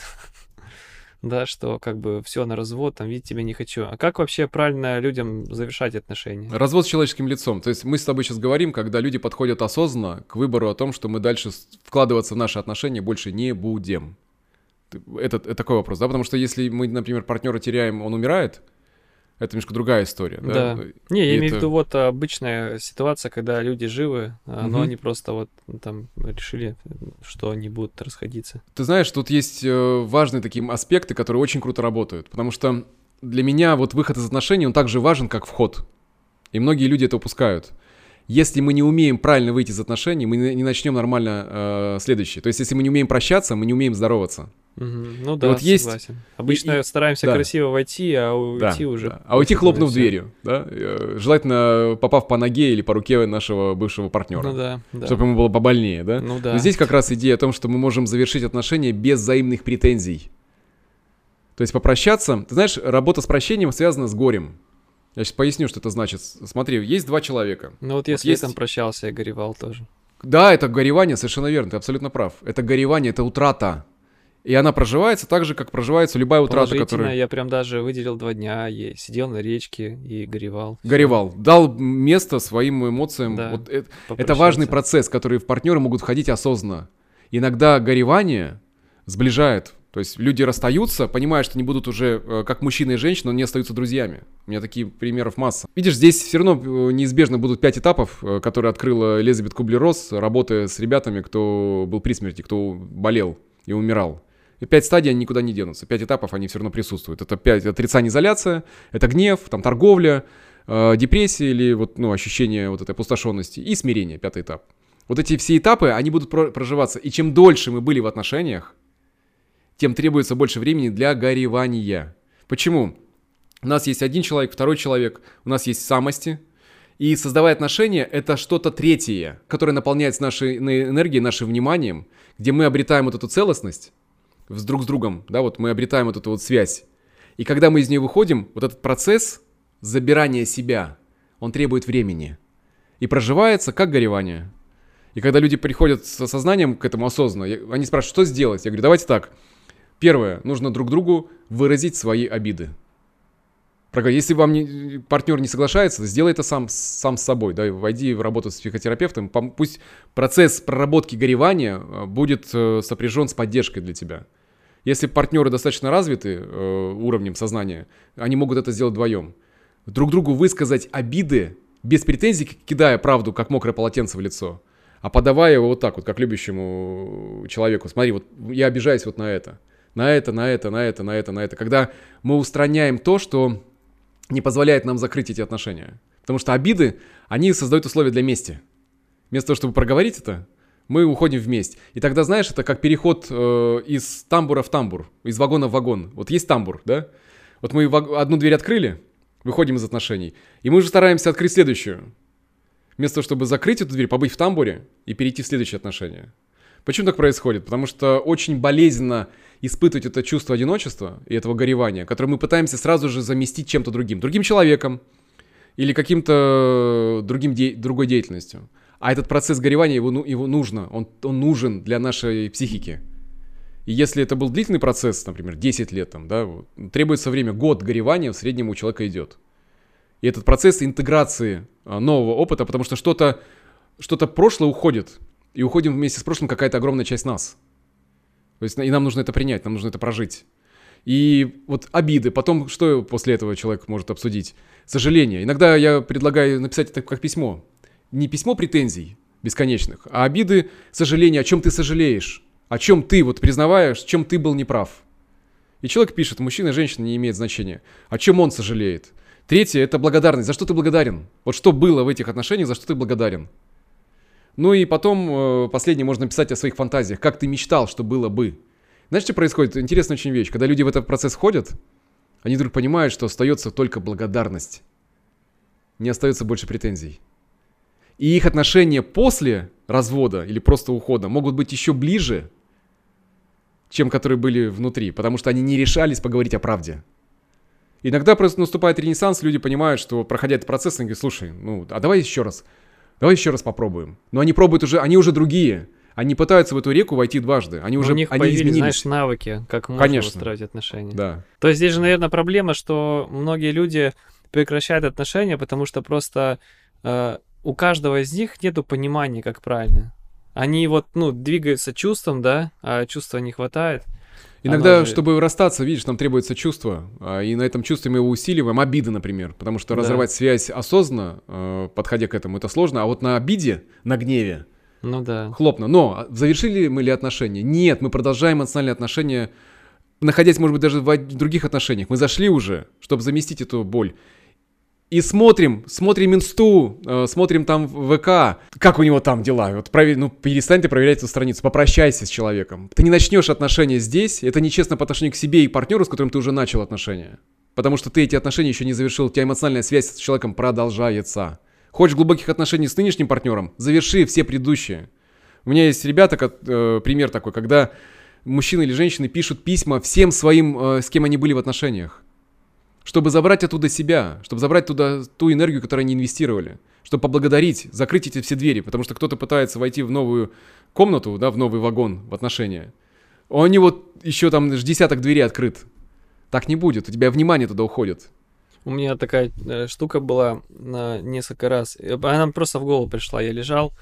Да, что как бы все на развод, там, видеть тебя не хочу. А как вообще правильно людям завершать отношения? Развод с человеческим лицом. То есть мы с тобой сейчас говорим, когда люди подходят осознанно к выбору о том, что мы дальше с- вкладываться в наши отношения больше не будем. Ты- Это, это такой вопрос, да? Потому что если мы, например, партнера теряем, он умирает, это немножко другая история, да? Да. Не, я И имею в это- виду вот обычная ситуация, когда люди живы, а, но Мгм. они просто вот ну, там решили, что они будут расходиться. Ты знаешь, тут есть э, важные такие аспекты, которые очень круто работают. Потому что для меня вот выход из отношений, он так же важен, как вход. И многие люди это упускают. Если мы не умеем правильно выйти из отношений, мы не не начнем нормально э, следующее. То есть, если мы не умеем прощаться, мы не умеем здороваться. Мгм. Ну да, вот есть- согласен. Обычно и- стараемся да. красиво войти, а Да, уйти уже. да. А уйти, пофиг хлопнув уже всё. дверью, да? Э, Желательно попав по ноге или по руке нашего бывшего партнера. Ну да, да. Чтобы ему было побольнее, да? Ну да. Но здесь как раз идея о том, что мы можем завершить отношения без взаимных претензий. То есть попрощаться. Ты знаешь, работа с прощением связана с горем. Я сейчас поясню, что это значит. С- Смотри, есть два человека. Ну вот я Вот с Летом есть- прощался, я горевал тоже. Да, это горевание, совершенно верно, ты абсолютно прав. Это горевание, это утрата. И она проживается так же, как проживается любая утрата, Положительно, которая... я прям даже выделил два дня, и сидел на речке и горевал. Горевал. Дал место своим эмоциям. Да, Вот это, это Попрощался. важный процесс, который в партнеры могут входить осознанно. Иногда горевание сближает. То есть люди расстаются, понимая, что не будут уже э, как мужчина и женщина, но не остаются друзьями. У меня таких примеров масса. Видишь, здесь все равно э, неизбежно будут пять этапов, э, которые открыла Элизабет Кублер-Росс, работая с ребятами, кто был при смерти, кто болел и умирал. И пять стадий, они никуда не денутся. Пять этапов, они все равно присутствуют. Это пять отрицание, изоляция, это гнев, там торговля, э, депрессия или вот, ну, ощущение вот этой опустошенности и смирение, пятый этап. Вот эти все этапы, они будут про- проживаться. И чем дольше мы были в отношениях, тем требуется больше времени для горевания. Почему? У нас есть один человек, второй человек, у нас есть самости. И создавая отношения, это что-то третье, которое наполняется нашей энергией, нашим вниманием, где мы обретаем вот эту целостность с друг с другом, да, вот мы обретаем вот эту вот связь. И когда мы из нее выходим, вот этот процесс забирания себя, он требует времени. И проживается как горевание. И когда люди приходят с осознанием к этому осознанно, я- они спрашивают, что сделать? Я говорю, давайте так. Первое, нужно друг другу выразить свои обиды. Проговорить. Если вам не, партнер не соглашается, сделай это сам, сам с собой. Да, войди в работу с психотерапевтом. Пом- Пусть процесс проработки горевания э, будет э, сопряжен с поддержкой для тебя. Если партнеры достаточно развиты э, уровнем сознания, они могут это сделать вдвоем. Друг другу высказать обиды без претензий, кидая правду, как мокрое полотенце в лицо, а подавая его вот так вот, как любящему человеку. Смотри, вот я обижаюсь вот на это. На это, на это, на это, на это, на это. Когда мы устраняем то, что не позволяет нам закрыть эти отношения. Потому что обиды, они создают условия для мести. Вместо того, чтобы проговорить это, мы уходим в месть. И тогда, знаешь, это как переход э, из тамбура в тамбур, из вагона в вагон. Вот есть тамбур, да? Вот мы ваг- одну дверь открыли, выходим из отношений, и мы уже стараемся открыть следующую. Вместо того, чтобы закрыть эту дверь, побыть в тамбуре и перейти в следующие отношения. Почему так происходит? Потому что очень болезненно испытывать это чувство одиночества и этого горевания, которое мы пытаемся сразу же заместить чем-то другим. Другим человеком или каким-то другим де- другой деятельностью. А этот процесс горевания, его, ну- его нужно, он, он нужен для нашей психики. И если это был длительный процесс, например, десять лет, там, да, вот, требуется время, год горевания в среднем у человека идет. И этот процесс интеграции а, нового опыта, потому что что-то, что-то прошлое уходит, и уходим вместе с прошлым какая-то огромная часть нас. То есть и нам нужно это принять, нам нужно это прожить. И вот обиды. Потом что после этого человек может обсудить? Сожаление. Иногда я предлагаю написать это как письмо. Не письмо претензий бесконечных, а обиды, сожаления, о чем ты сожалеешь, о чем ты вот признаваешь, в чем ты был неправ. И человек пишет, мужчина и женщина не имеет значения, о чем он сожалеет. Третье – это благодарность. За что ты благодарен? Вот что было в этих отношениях, за что ты благодарен? Ну и потом, последнее, можно написать о своих фантазиях, как ты мечтал, что было бы. Знаешь, что происходит? Интересная очень вещь. Когда люди в этот процесс входят, они вдруг понимают, что остается только благодарность. Не остается больше претензий. И их отношения после развода или просто ухода могут быть еще ближе, чем которые были внутри, потому что они не решались поговорить о правде. Иногда просто наступает ренессанс, люди понимают, что, проходя этот процесс, они говорят, слушай, ну, а давай еще раз, давай еще раз попробуем. Но они пробуют уже, они уже другие. Они пытаются в эту реку войти дважды. Они уже, у них они появились, изменились. Знаешь, навыки, как можно Конечно. устроить отношения. Да. То есть здесь же, наверное, проблема, что многие люди прекращают отношения, потому что просто э, у каждого из них нету понимания, как правильно. Они вот, ну, двигаются чувством, да, а чувства не хватает. Иногда, Оно же- чтобы расстаться, видишь, нам требуется чувство, а, и на этом чувстве мы его усиливаем. Обида, например, потому что Да. разорвать связь осознанно, э, подходя к этому, это сложно. А вот на обиде, на гневе, Ну да. хлопно. Но завершили мы ли отношения? Нет, мы продолжаем эмоциональные отношения, находясь, может быть, даже в од- других отношениях. Мы зашли уже, чтобы заместить эту боль. И смотрим, смотрим инсту, э, смотрим там в ВК, как у него там дела. Вот провер... ну, перестань ты проверять эту страницу, попрощайся с человеком. Ты не начнешь отношения здесь, это нечестно по отношению к себе и партнеру, с которым ты уже начал отношения. Потому что ты эти отношения еще не завершил, у тебя эмоциональная связь с человеком продолжается. Хочешь глубоких отношений с нынешним партнером? Заверши все предыдущие. У меня есть ребята, как, э, пример такой, когда мужчины или женщины пишут письма всем своим, э, с кем они были в отношениях, чтобы забрать оттуда себя, чтобы забрать туда ту энергию, которую они инвестировали, чтобы поблагодарить, закрыть эти все двери, потому что кто-то пытается войти в новую комнату, да, в новый вагон в отношения. У него еще там десяток дверей открыт. Так не будет, у тебя внимание туда уходит. У меня такая э, штука была на несколько раз. э, Она просто в голову пришла. Я лежал,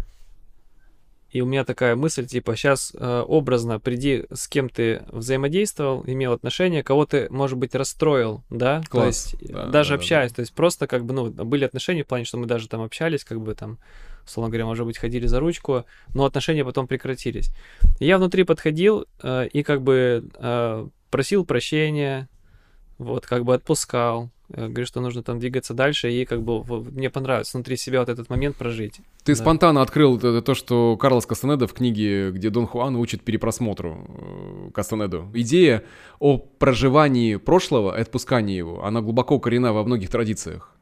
и у меня такая мысль, типа, сейчас образно приди, с кем ты взаимодействовал, имел отношения, кого ты, может быть, расстроил, да? То Класс. есть Да, даже да, да, общаясь, то есть просто как бы, ну, были отношения в плане, что мы даже там общались, как бы там, условно говоря, может быть, ходили за ручку, но отношения потом прекратились. И я внутри подходил э, и как бы э, просил прощения, вот, как бы отпускал, э, говорю, что нужно там двигаться дальше, и как бы в- мне понравилось внутри себя вот этот момент прожить. Ты Да. спонтанно открыл это- то, что Карлос Кастанеда в книге, где Дон Хуан учит перепросмотру э, Кастанеду. Идея о проживании прошлого и отпускании его, она глубоко коренна во многих традициях.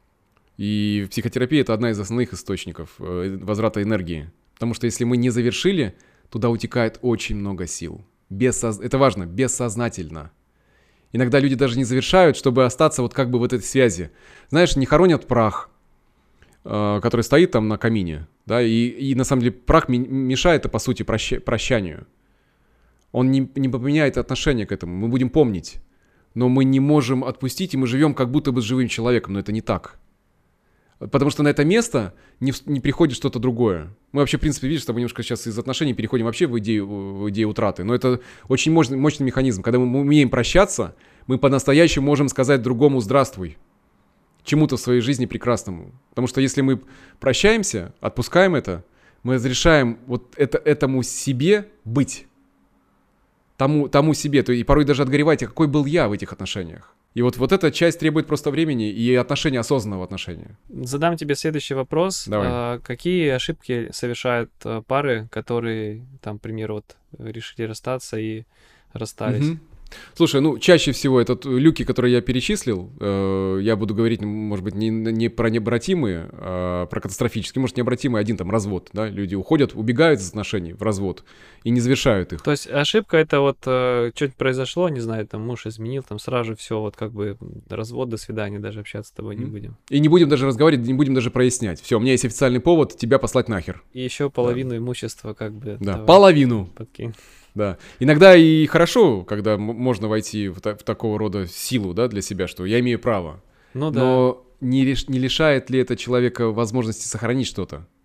И психотерапия — это одна из основных источников э, возврата энергии. Потому что если мы не завершили, туда утекает очень много сил. Бессоз... Это важно, бессознательно. Иногда люди даже не завершают, чтобы остаться вот как бы в этой связи. Знаешь, не хоронят прах, э, который стоит там на камине, да, и, и на самом деле прах ми- мешает, по сути, проща- прощанию. Он не, не поменяет отношение к этому, мы будем помнить. Но мы не можем отпустить, и мы живем как будто бы с живым человеком, но это не так. Потому что на это место не, в- не приходит что-то другое. Мы вообще, в принципе, видишь, с тобой немножко сейчас из отношений переходим вообще в идею, в идею утраты. Но это очень мощный, мощный механизм. Когда мы умеем прощаться, мы по-настоящему можем сказать другому «здравствуй», чему-то в своей жизни прекрасному. Потому что если мы прощаемся, отпускаем это, мы разрешаем вот это, этому себе быть. Тому, тому себе. То, и порой даже отгоревать, а какой был я в этих отношениях. И вот, вот эта часть требует просто времени и отношения, осознанного отношения. Задам тебе следующий вопрос. Давай. А, какие ошибки совершают а, пары, которые, там, к примеру, вот, решили расстаться и расстались? Мгм. Слушай, ну, чаще всего это т- люки, которые я перечислил, э, я буду говорить, ну, может быть, не, не про необратимые, а про катастрофические, может, необратимый один там развод, да, люди уходят, убегают из отношений в развод и не завершают их. То есть ошибка это вот э, что-нибудь произошло, не знаю, там муж изменил, там сразу же все, вот как бы развод, до свидания, даже общаться с тобой не Мгм. будем. И не будем даже разговаривать, не будем даже прояснять. Все, у меня есть официальный повод тебя послать нахер. И еще половину имущества как бы Да, давай, половину. подкинь. Да. Иногда и хорошо, когда м- можно войти в, та- в такого рода силу, да, для себя, что я имею право. Ну да. Но не, реш- не лишает ли это человека возможности сохранить что-то?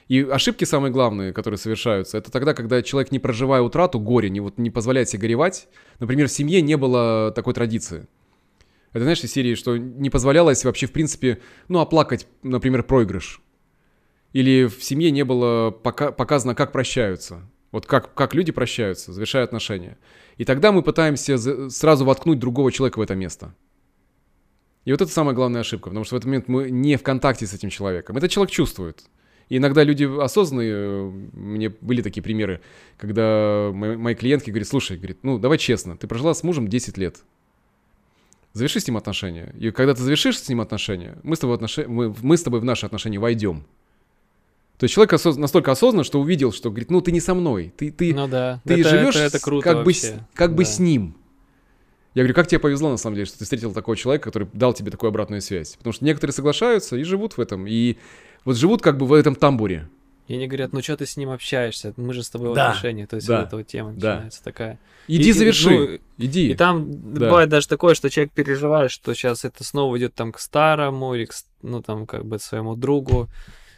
И ошибки самые главные, которые совершаются, это тогда, когда человек, не проживая утрату, горе, не, вот, не позволяет себе горевать. Например, в семье не было такой традиции. Это, знаешь, из серии, что не позволялось вообще, в принципе, ну, оплакать, например, проигрыш. Или в семье не было пока, показано, как прощаются. Вот как, как люди прощаются, завершая отношения. И тогда мы пытаемся за, сразу воткнуть другого человека в это место. И вот это самая главная ошибка, потому что в этот момент мы не в контакте с этим человеком. Этот человек чувствует. И иногда люди осознанные, мне были такие примеры, когда мои, мои клиентки говорят: слушай, говорит, ну давай честно, ты прожила с мужем десять лет. Заверши с ним отношения. И когда ты завершишь с ним отношения, мы с тобой, отнош... мы, мы с тобой в наши отношения войдем. То есть человек осоз... настолько осознан, что увидел, что говорит: ну ты не со мной, ты, ты, ну, да. ты это, живешь это, это круто как, бы, с... как да. бы с ним. Я говорю: как тебе повезло на самом деле, что ты встретил такого человека, который дал тебе такую обратную связь. Потому что некоторые соглашаются и живут в этом. И вот живут как бы в этом тамбуре. И они говорят: ну что ты с ним общаешься, мы же с тобой да. в отношениях. То есть да. вот эта вот тема да. начинается такая. Иди и, заверши, ну, иди. И там да. бывает даже такое, что человек переживает, что сейчас это снова идет там к старому или к, ну там как бы своему другу.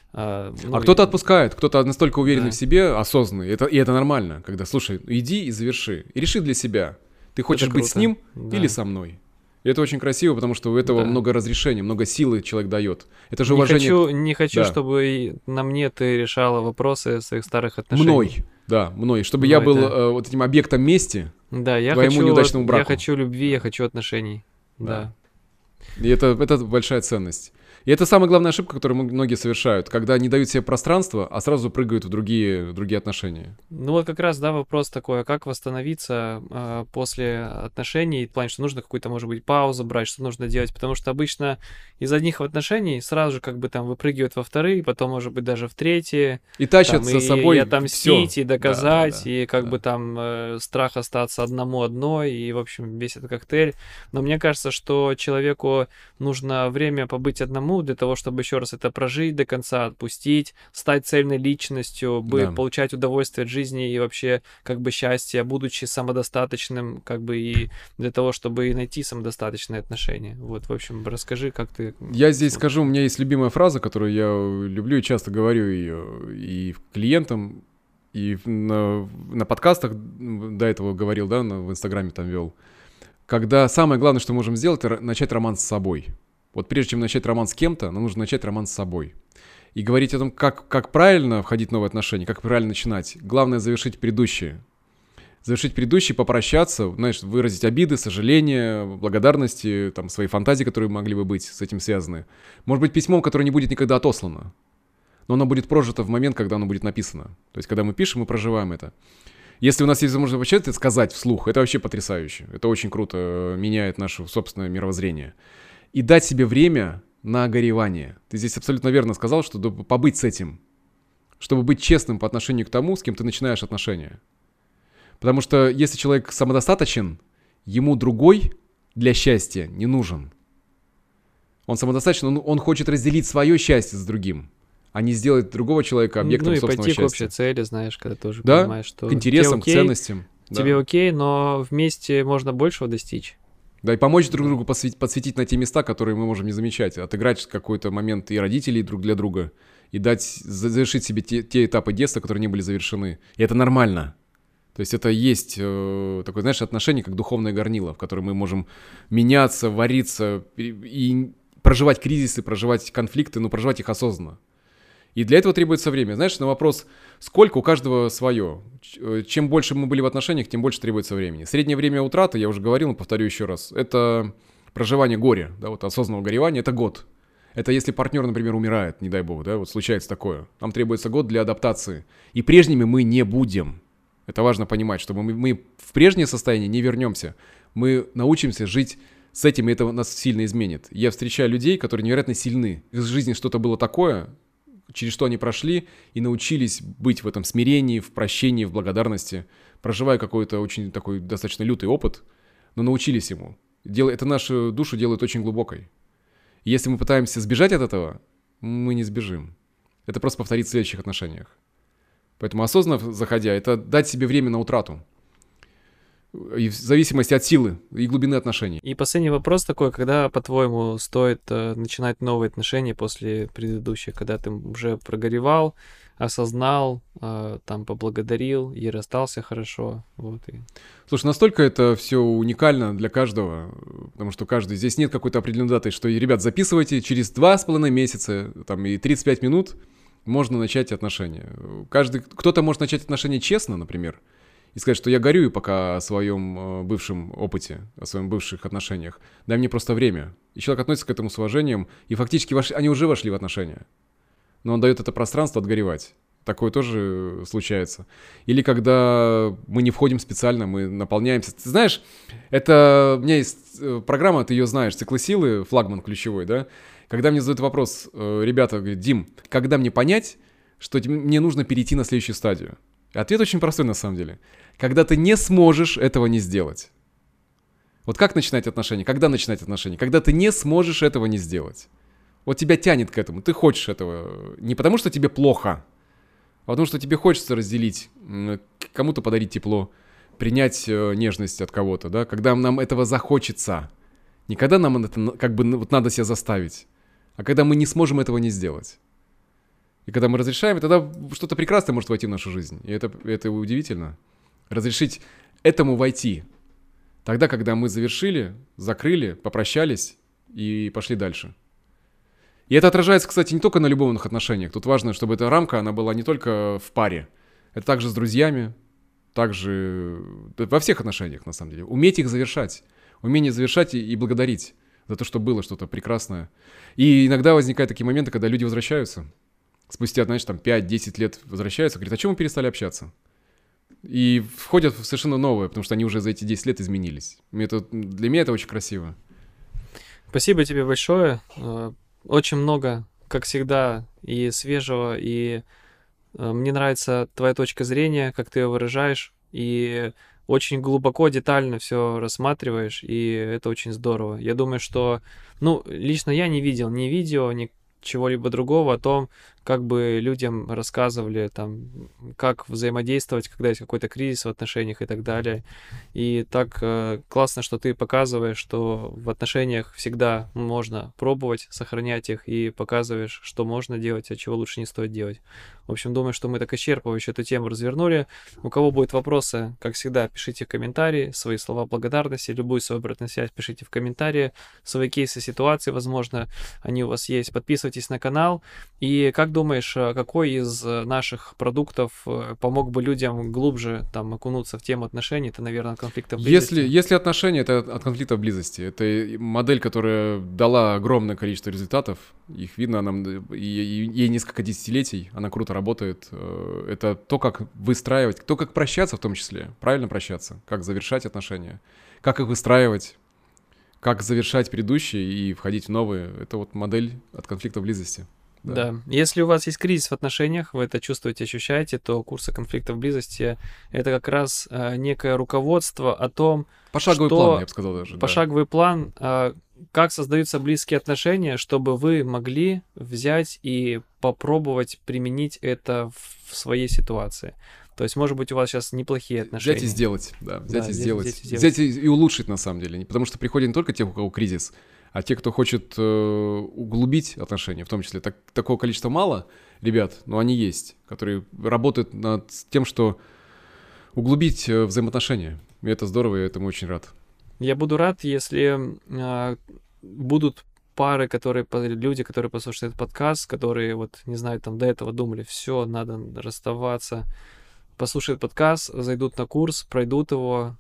А, ну, а кто-то отпускает, кто-то настолько уверенный да. в себе, осознанный. Это, и это нормально, когда: слушай, иди и заверши. И реши для себя, ты хочешь быть с ним да. или со мной. И это очень красиво, потому что у этого да. много разрешений, много силы человек дает. Это же не уважение. Хочу, не хочу, да. чтобы на мне ты решала вопросы своих старых отношений. Мной, да, мной. Чтобы мной, я был да. э, вот этим объектом мести да, я твоему хочу, неудачному браку. Я хочу любви, я хочу отношений. Да. да. И это, это большая ценность. И это самая главная ошибка, которую многие совершают, когда не дают себе пространства, а сразу прыгают в другие, в другие отношения. Ну вот как раз, да, вопрос такой: а как восстановиться э, после отношений, в плане, что нужно какую-то, может быть, паузу брать, что нужно делать, потому что обычно из одних отношений сразу же как бы там выпрыгивают во вторые, потом, может быть, даже в третьи. И тащат там, за и, собой и отомстить, всё. и доказать, да, да, и как да. бы там э, страх остаться одному одной, и, в общем, весь этот коктейль. Но мне кажется, что человеку нужно время побыть одному для того, чтобы еще раз это прожить до конца, отпустить, стать цельной личностью, бы, да. получать удовольствие от жизни и вообще как бы счастье, будучи самодостаточным, как бы и для того, чтобы и найти самодостаточные отношения. Вот, в общем, расскажи, как ты... Я здесь скажу, у меня есть любимая фраза, которую я люблю и часто говорю ее и клиентам, и на, на подкастах до этого говорил, да, в Инстаграме там вел. Когда самое главное, что мы можем сделать, это начать роман с собой. Вот прежде чем начать роман с кем-то, нам нужно начать роман с собой. И говорить о том, как, как правильно входить в новые отношения, как правильно начинать. Главное — завершить предыдущие. Завершить предыдущие, попрощаться, знаешь, выразить обиды, сожаления, благодарности, там, свои фантазии, которые могли бы быть с этим связаны. Может быть, письмом, которое не будет никогда отослано. Но оно будет прожито в момент, когда оно будет написано. То есть, когда мы пишем, мы проживаем это. Если у нас есть возможность вообще это сказать вслух, это вообще потрясающе. Это очень круто меняет наше собственное мировоззрение. И дать себе время на горевание. Ты здесь абсолютно верно сказал, что побыть с этим. Чтобы быть честным по отношению к тому, с кем ты начинаешь отношения. Потому что если человек самодостаточен, ему другой для счастья не нужен. Он самодостаточен, он, он хочет разделить свое счастье с другим, а не сделать другого человека объектом ну, и собственного пойти счастья. к общей цели, знаешь, когда ты уже да? понимаешь, что... К интересам, окей, к ценностям. Тебе да. окей, но вместе можно большего достичь. Да, и помочь друг другу подсветить, подсветить на те места, которые мы можем не замечать. Отыграть какой-то момент и родителей друг для друга. И дать, завершить себе те, те этапы детства, которые не были завершены. И это нормально. То есть это есть э, такое, знаешь, отношение, как духовное горнило, в котором мы можем меняться, вариться и, и проживать кризисы, проживать конфликты, но проживать их осознанно. И для этого требуется время. Знаешь, на вопрос, сколько, у каждого свое. Чем больше мы были в отношениях, тем больше требуется времени. Среднее время утраты, я уже говорил, но повторю еще раз, это проживание горя, да, вот осознанного горевания, это год. Это если партнер, например, умирает, не дай бог, да, вот случается такое. Нам требуется год для адаптации. И прежними мы не будем. Это важно понимать, чтобы мы, мы в прежнее состояние не вернемся. Мы научимся жить с этим, и это нас сильно изменит. Я встречаю людей, которые невероятно сильны. В их жизни что-то было такое, через что они прошли и научились быть в этом смирении, в прощении, в благодарности, проживая какой-то очень такой достаточно лютый опыт, но научились ему. Дело, это нашу душу делает очень глубокой. И если мы пытаемся сбежать от этого, мы не сбежим. Это просто повторить в следующих отношениях. Поэтому осознанно заходя, это дать себе время на утрату. И в зависимости от силы и глубины отношений. И последний вопрос такой: когда, по-твоему, стоит э, начинать новые отношения после предыдущих, когда ты уже прогоревал, осознал, э, там поблагодарил и расстался хорошо. Вот и... Слушай, настолько это все уникально для каждого, потому что каждый... Здесь нет какой-то определенной даты, что, ребят, записывайте, через два с половиной месяца там, и тридцать пять минут можно начать отношения. Каждый... Кто-то может начать отношения честно, например, и сказать, что я горюю пока о своем э, бывшем опыте, о своих бывших отношениях. Дай мне просто время. И человек относится к этому с уважением, и фактически вошли... они уже вошли в отношения. Но он дает это пространство отгоревать. Такое тоже случается. Или когда мы не входим специально, мы наполняемся. Ты знаешь, это... У меня есть программа, ты ее знаешь, «Циклы силы», флагман ключевой, да? Когда мне задают вопрос, ребята говорят: Дим, когда мне понять, что мне нужно перейти на следующую стадию? Ответ очень простой на самом деле. Когда ты не сможешь этого не сделать. Вот как начинать отношения? Когда начинать отношения? Когда ты не сможешь этого не сделать. Вот тебя тянет к этому, ты хочешь этого. Не потому, что тебе плохо, а потому, что тебе хочется разделить, кому-то подарить тепло, принять нежность от кого-то, да? Когда нам этого захочется. Не когда нам это как бы вот надо себя заставить, а когда мы не сможем этого не сделать. И когда мы разрешаем, тогда что-то прекрасное может войти в нашу жизнь. И это, это удивительно. Разрешить этому войти. Тогда, когда мы завершили, закрыли, попрощались и пошли дальше. И это отражается, кстати, не только на любовных отношениях. Тут важно, чтобы эта рамка, она была не только в паре. Это также с друзьями, также во всех отношениях, на самом деле. Уметь их завершать. Умение завершать и, и благодарить за то, что было что-то прекрасное. И иногда возникают такие моменты, когда люди возвращаются. Спустя, знаешь, там пять-десять лет возвращаются, говорят: а чем мы перестали общаться? И входят в совершенно новое, потому что они уже за эти десять лет изменились. Это, для меня это очень красиво. Спасибо тебе большое. Очень много, как всегда, и свежего, и мне нравится твоя точка зрения, как ты ее выражаешь, и очень глубоко, детально все рассматриваешь, и это очень здорово. Я думаю, что, ну, лично я не видел ни видео, ни чего-либо другого о том, как бы людям рассказывали, там, как взаимодействовать, когда есть какой-то кризис в отношениях и так далее. И так э, классно, что ты показываешь, что в отношениях всегда можно пробовать, сохранять их, и показываешь, что можно делать, а чего лучше не стоит делать. В общем, думаю, что мы так исчерпывающе эту тему развернули. У кого будут вопросы, как всегда, пишите в комментарии, свои слова благодарности, любую свою обратную связь пишите в комментарии, свои кейсы, ситуации, возможно, они у вас есть. Подписывайтесь на канал. И как думаешь, какой из наших продуктов помог бы людям глубже там окунуться в тему отношений? Это, наверное, от конфликтов близости. Если, если отношения, это от конфликта близости. Это модель, которая дала огромное количество результатов. Их видно, нам, ей несколько десятилетий, она круто работает. Это то, как выстраивать, то, как прощаться в том числе. Правильно прощаться, как завершать отношения, как их выстраивать, как завершать предыдущие и входить в новые. Это вот модель от конфликта близости. Да. да. Если у вас есть кризис в отношениях, вы это чувствуете, ощущаете, то курсы конфликтов близости — это как раз э, некое руководство о том, пошаговый что... план, я бы сказал даже. Пошаговый да. план, э, как создаются близкие отношения, чтобы вы могли взять и попробовать применить это в своей ситуации. То есть, может быть, у вас сейчас неплохие отношения. Взять и сделать, да, взять да, и взять, сделать. Взять, и, сделать. взять и, и улучшить, на самом деле. Потому что приходят не только те, у кого кризис, а те, кто хочет э, углубить отношения, в том числе. Так, такого количества мало ребят, но они есть, которые работают над тем, что углубить э, взаимоотношения. И это здорово, я этому очень рад. Я буду рад, если э, будут пары, которые, люди, которые послушают этот подкаст, которые, вот, не знаю, там до этого думали, все, надо расставаться, послушают подкаст, зайдут на курс, пройдут его,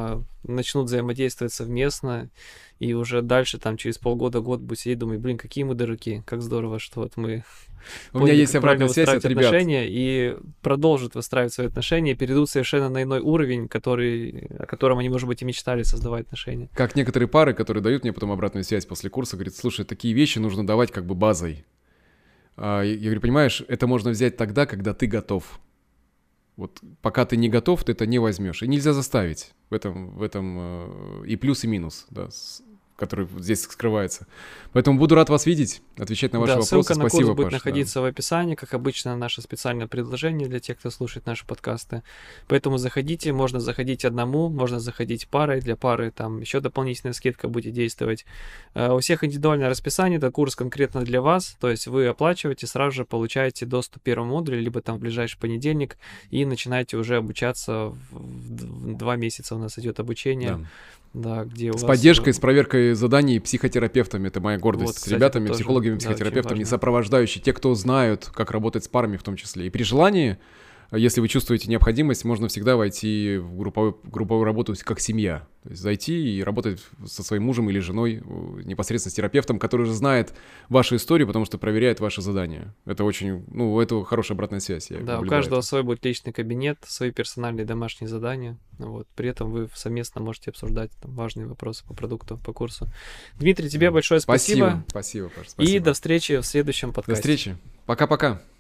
начнут взаимодействовать совместно, и уже дальше, там, через полгода, год будет сидеть, думать: блин, какие мы дураки, как здорово, что вот мы у меня есть обратная связь от ребят. Отношения, и продолжат выстраивать свои отношения, перейдут совершенно на иной уровень, который, о котором они, может быть, и мечтали создавать отношения. Как некоторые пары, которые дают мне потом обратную связь после курса, говорят: слушай, такие вещи нужно давать как бы базой. Я говорю: понимаешь, это можно взять тогда, когда ты готов. Вот пока ты не готов, ты это не возьмешь. И нельзя заставить. В этом, в этом и плюс, и минус. Да. который здесь скрывается. Поэтому буду рад вас видеть, отвечать на ваши Да, вопросы. ссылка на Спасибо, курс будет Паш, находиться да. в описании, как обычно, наше специальное предложение для тех, кто слушает наши подкасты. Поэтому заходите, можно заходить одному, можно заходить парой, для пары там еще дополнительная скидка будет действовать. Uh, у всех индивидуальное расписание, это курс конкретно для вас, то есть вы оплачиваете, сразу же получаете доступ к первому модулю, либо там в ближайший понедельник, и начинаете уже обучаться, в, в два месяца у нас идет обучение. Да. Да, где у с вас... поддержкой, с проверкой заданий психотерапевтами. Это моя гордость. Вот, с кстати, ребятами, тоже, психологами, да, психотерапевтами, сопровождающие, те, кто знают, как работать с парами в том числе. И при желании, если вы чувствуете необходимость, можно всегда войти в групповую, групповую работу как семья. То есть зайти и работать со своим мужем или женой, непосредственно с терапевтом, который уже знает вашу историю, потому что проверяет ваши задания. Это очень, ну, это хорошая обратная связь. Я да, у каждого это. свой будет личный кабинет, свои персональные домашние задания. Вот. При этом вы совместно можете обсуждать там, важные вопросы по продукту, по курсу. Дмитрий, тебе большое спасибо. Спасибо, спасибо, Паш, спасибо. И до встречи в следующем подкасте. До встречи. Пока-пока.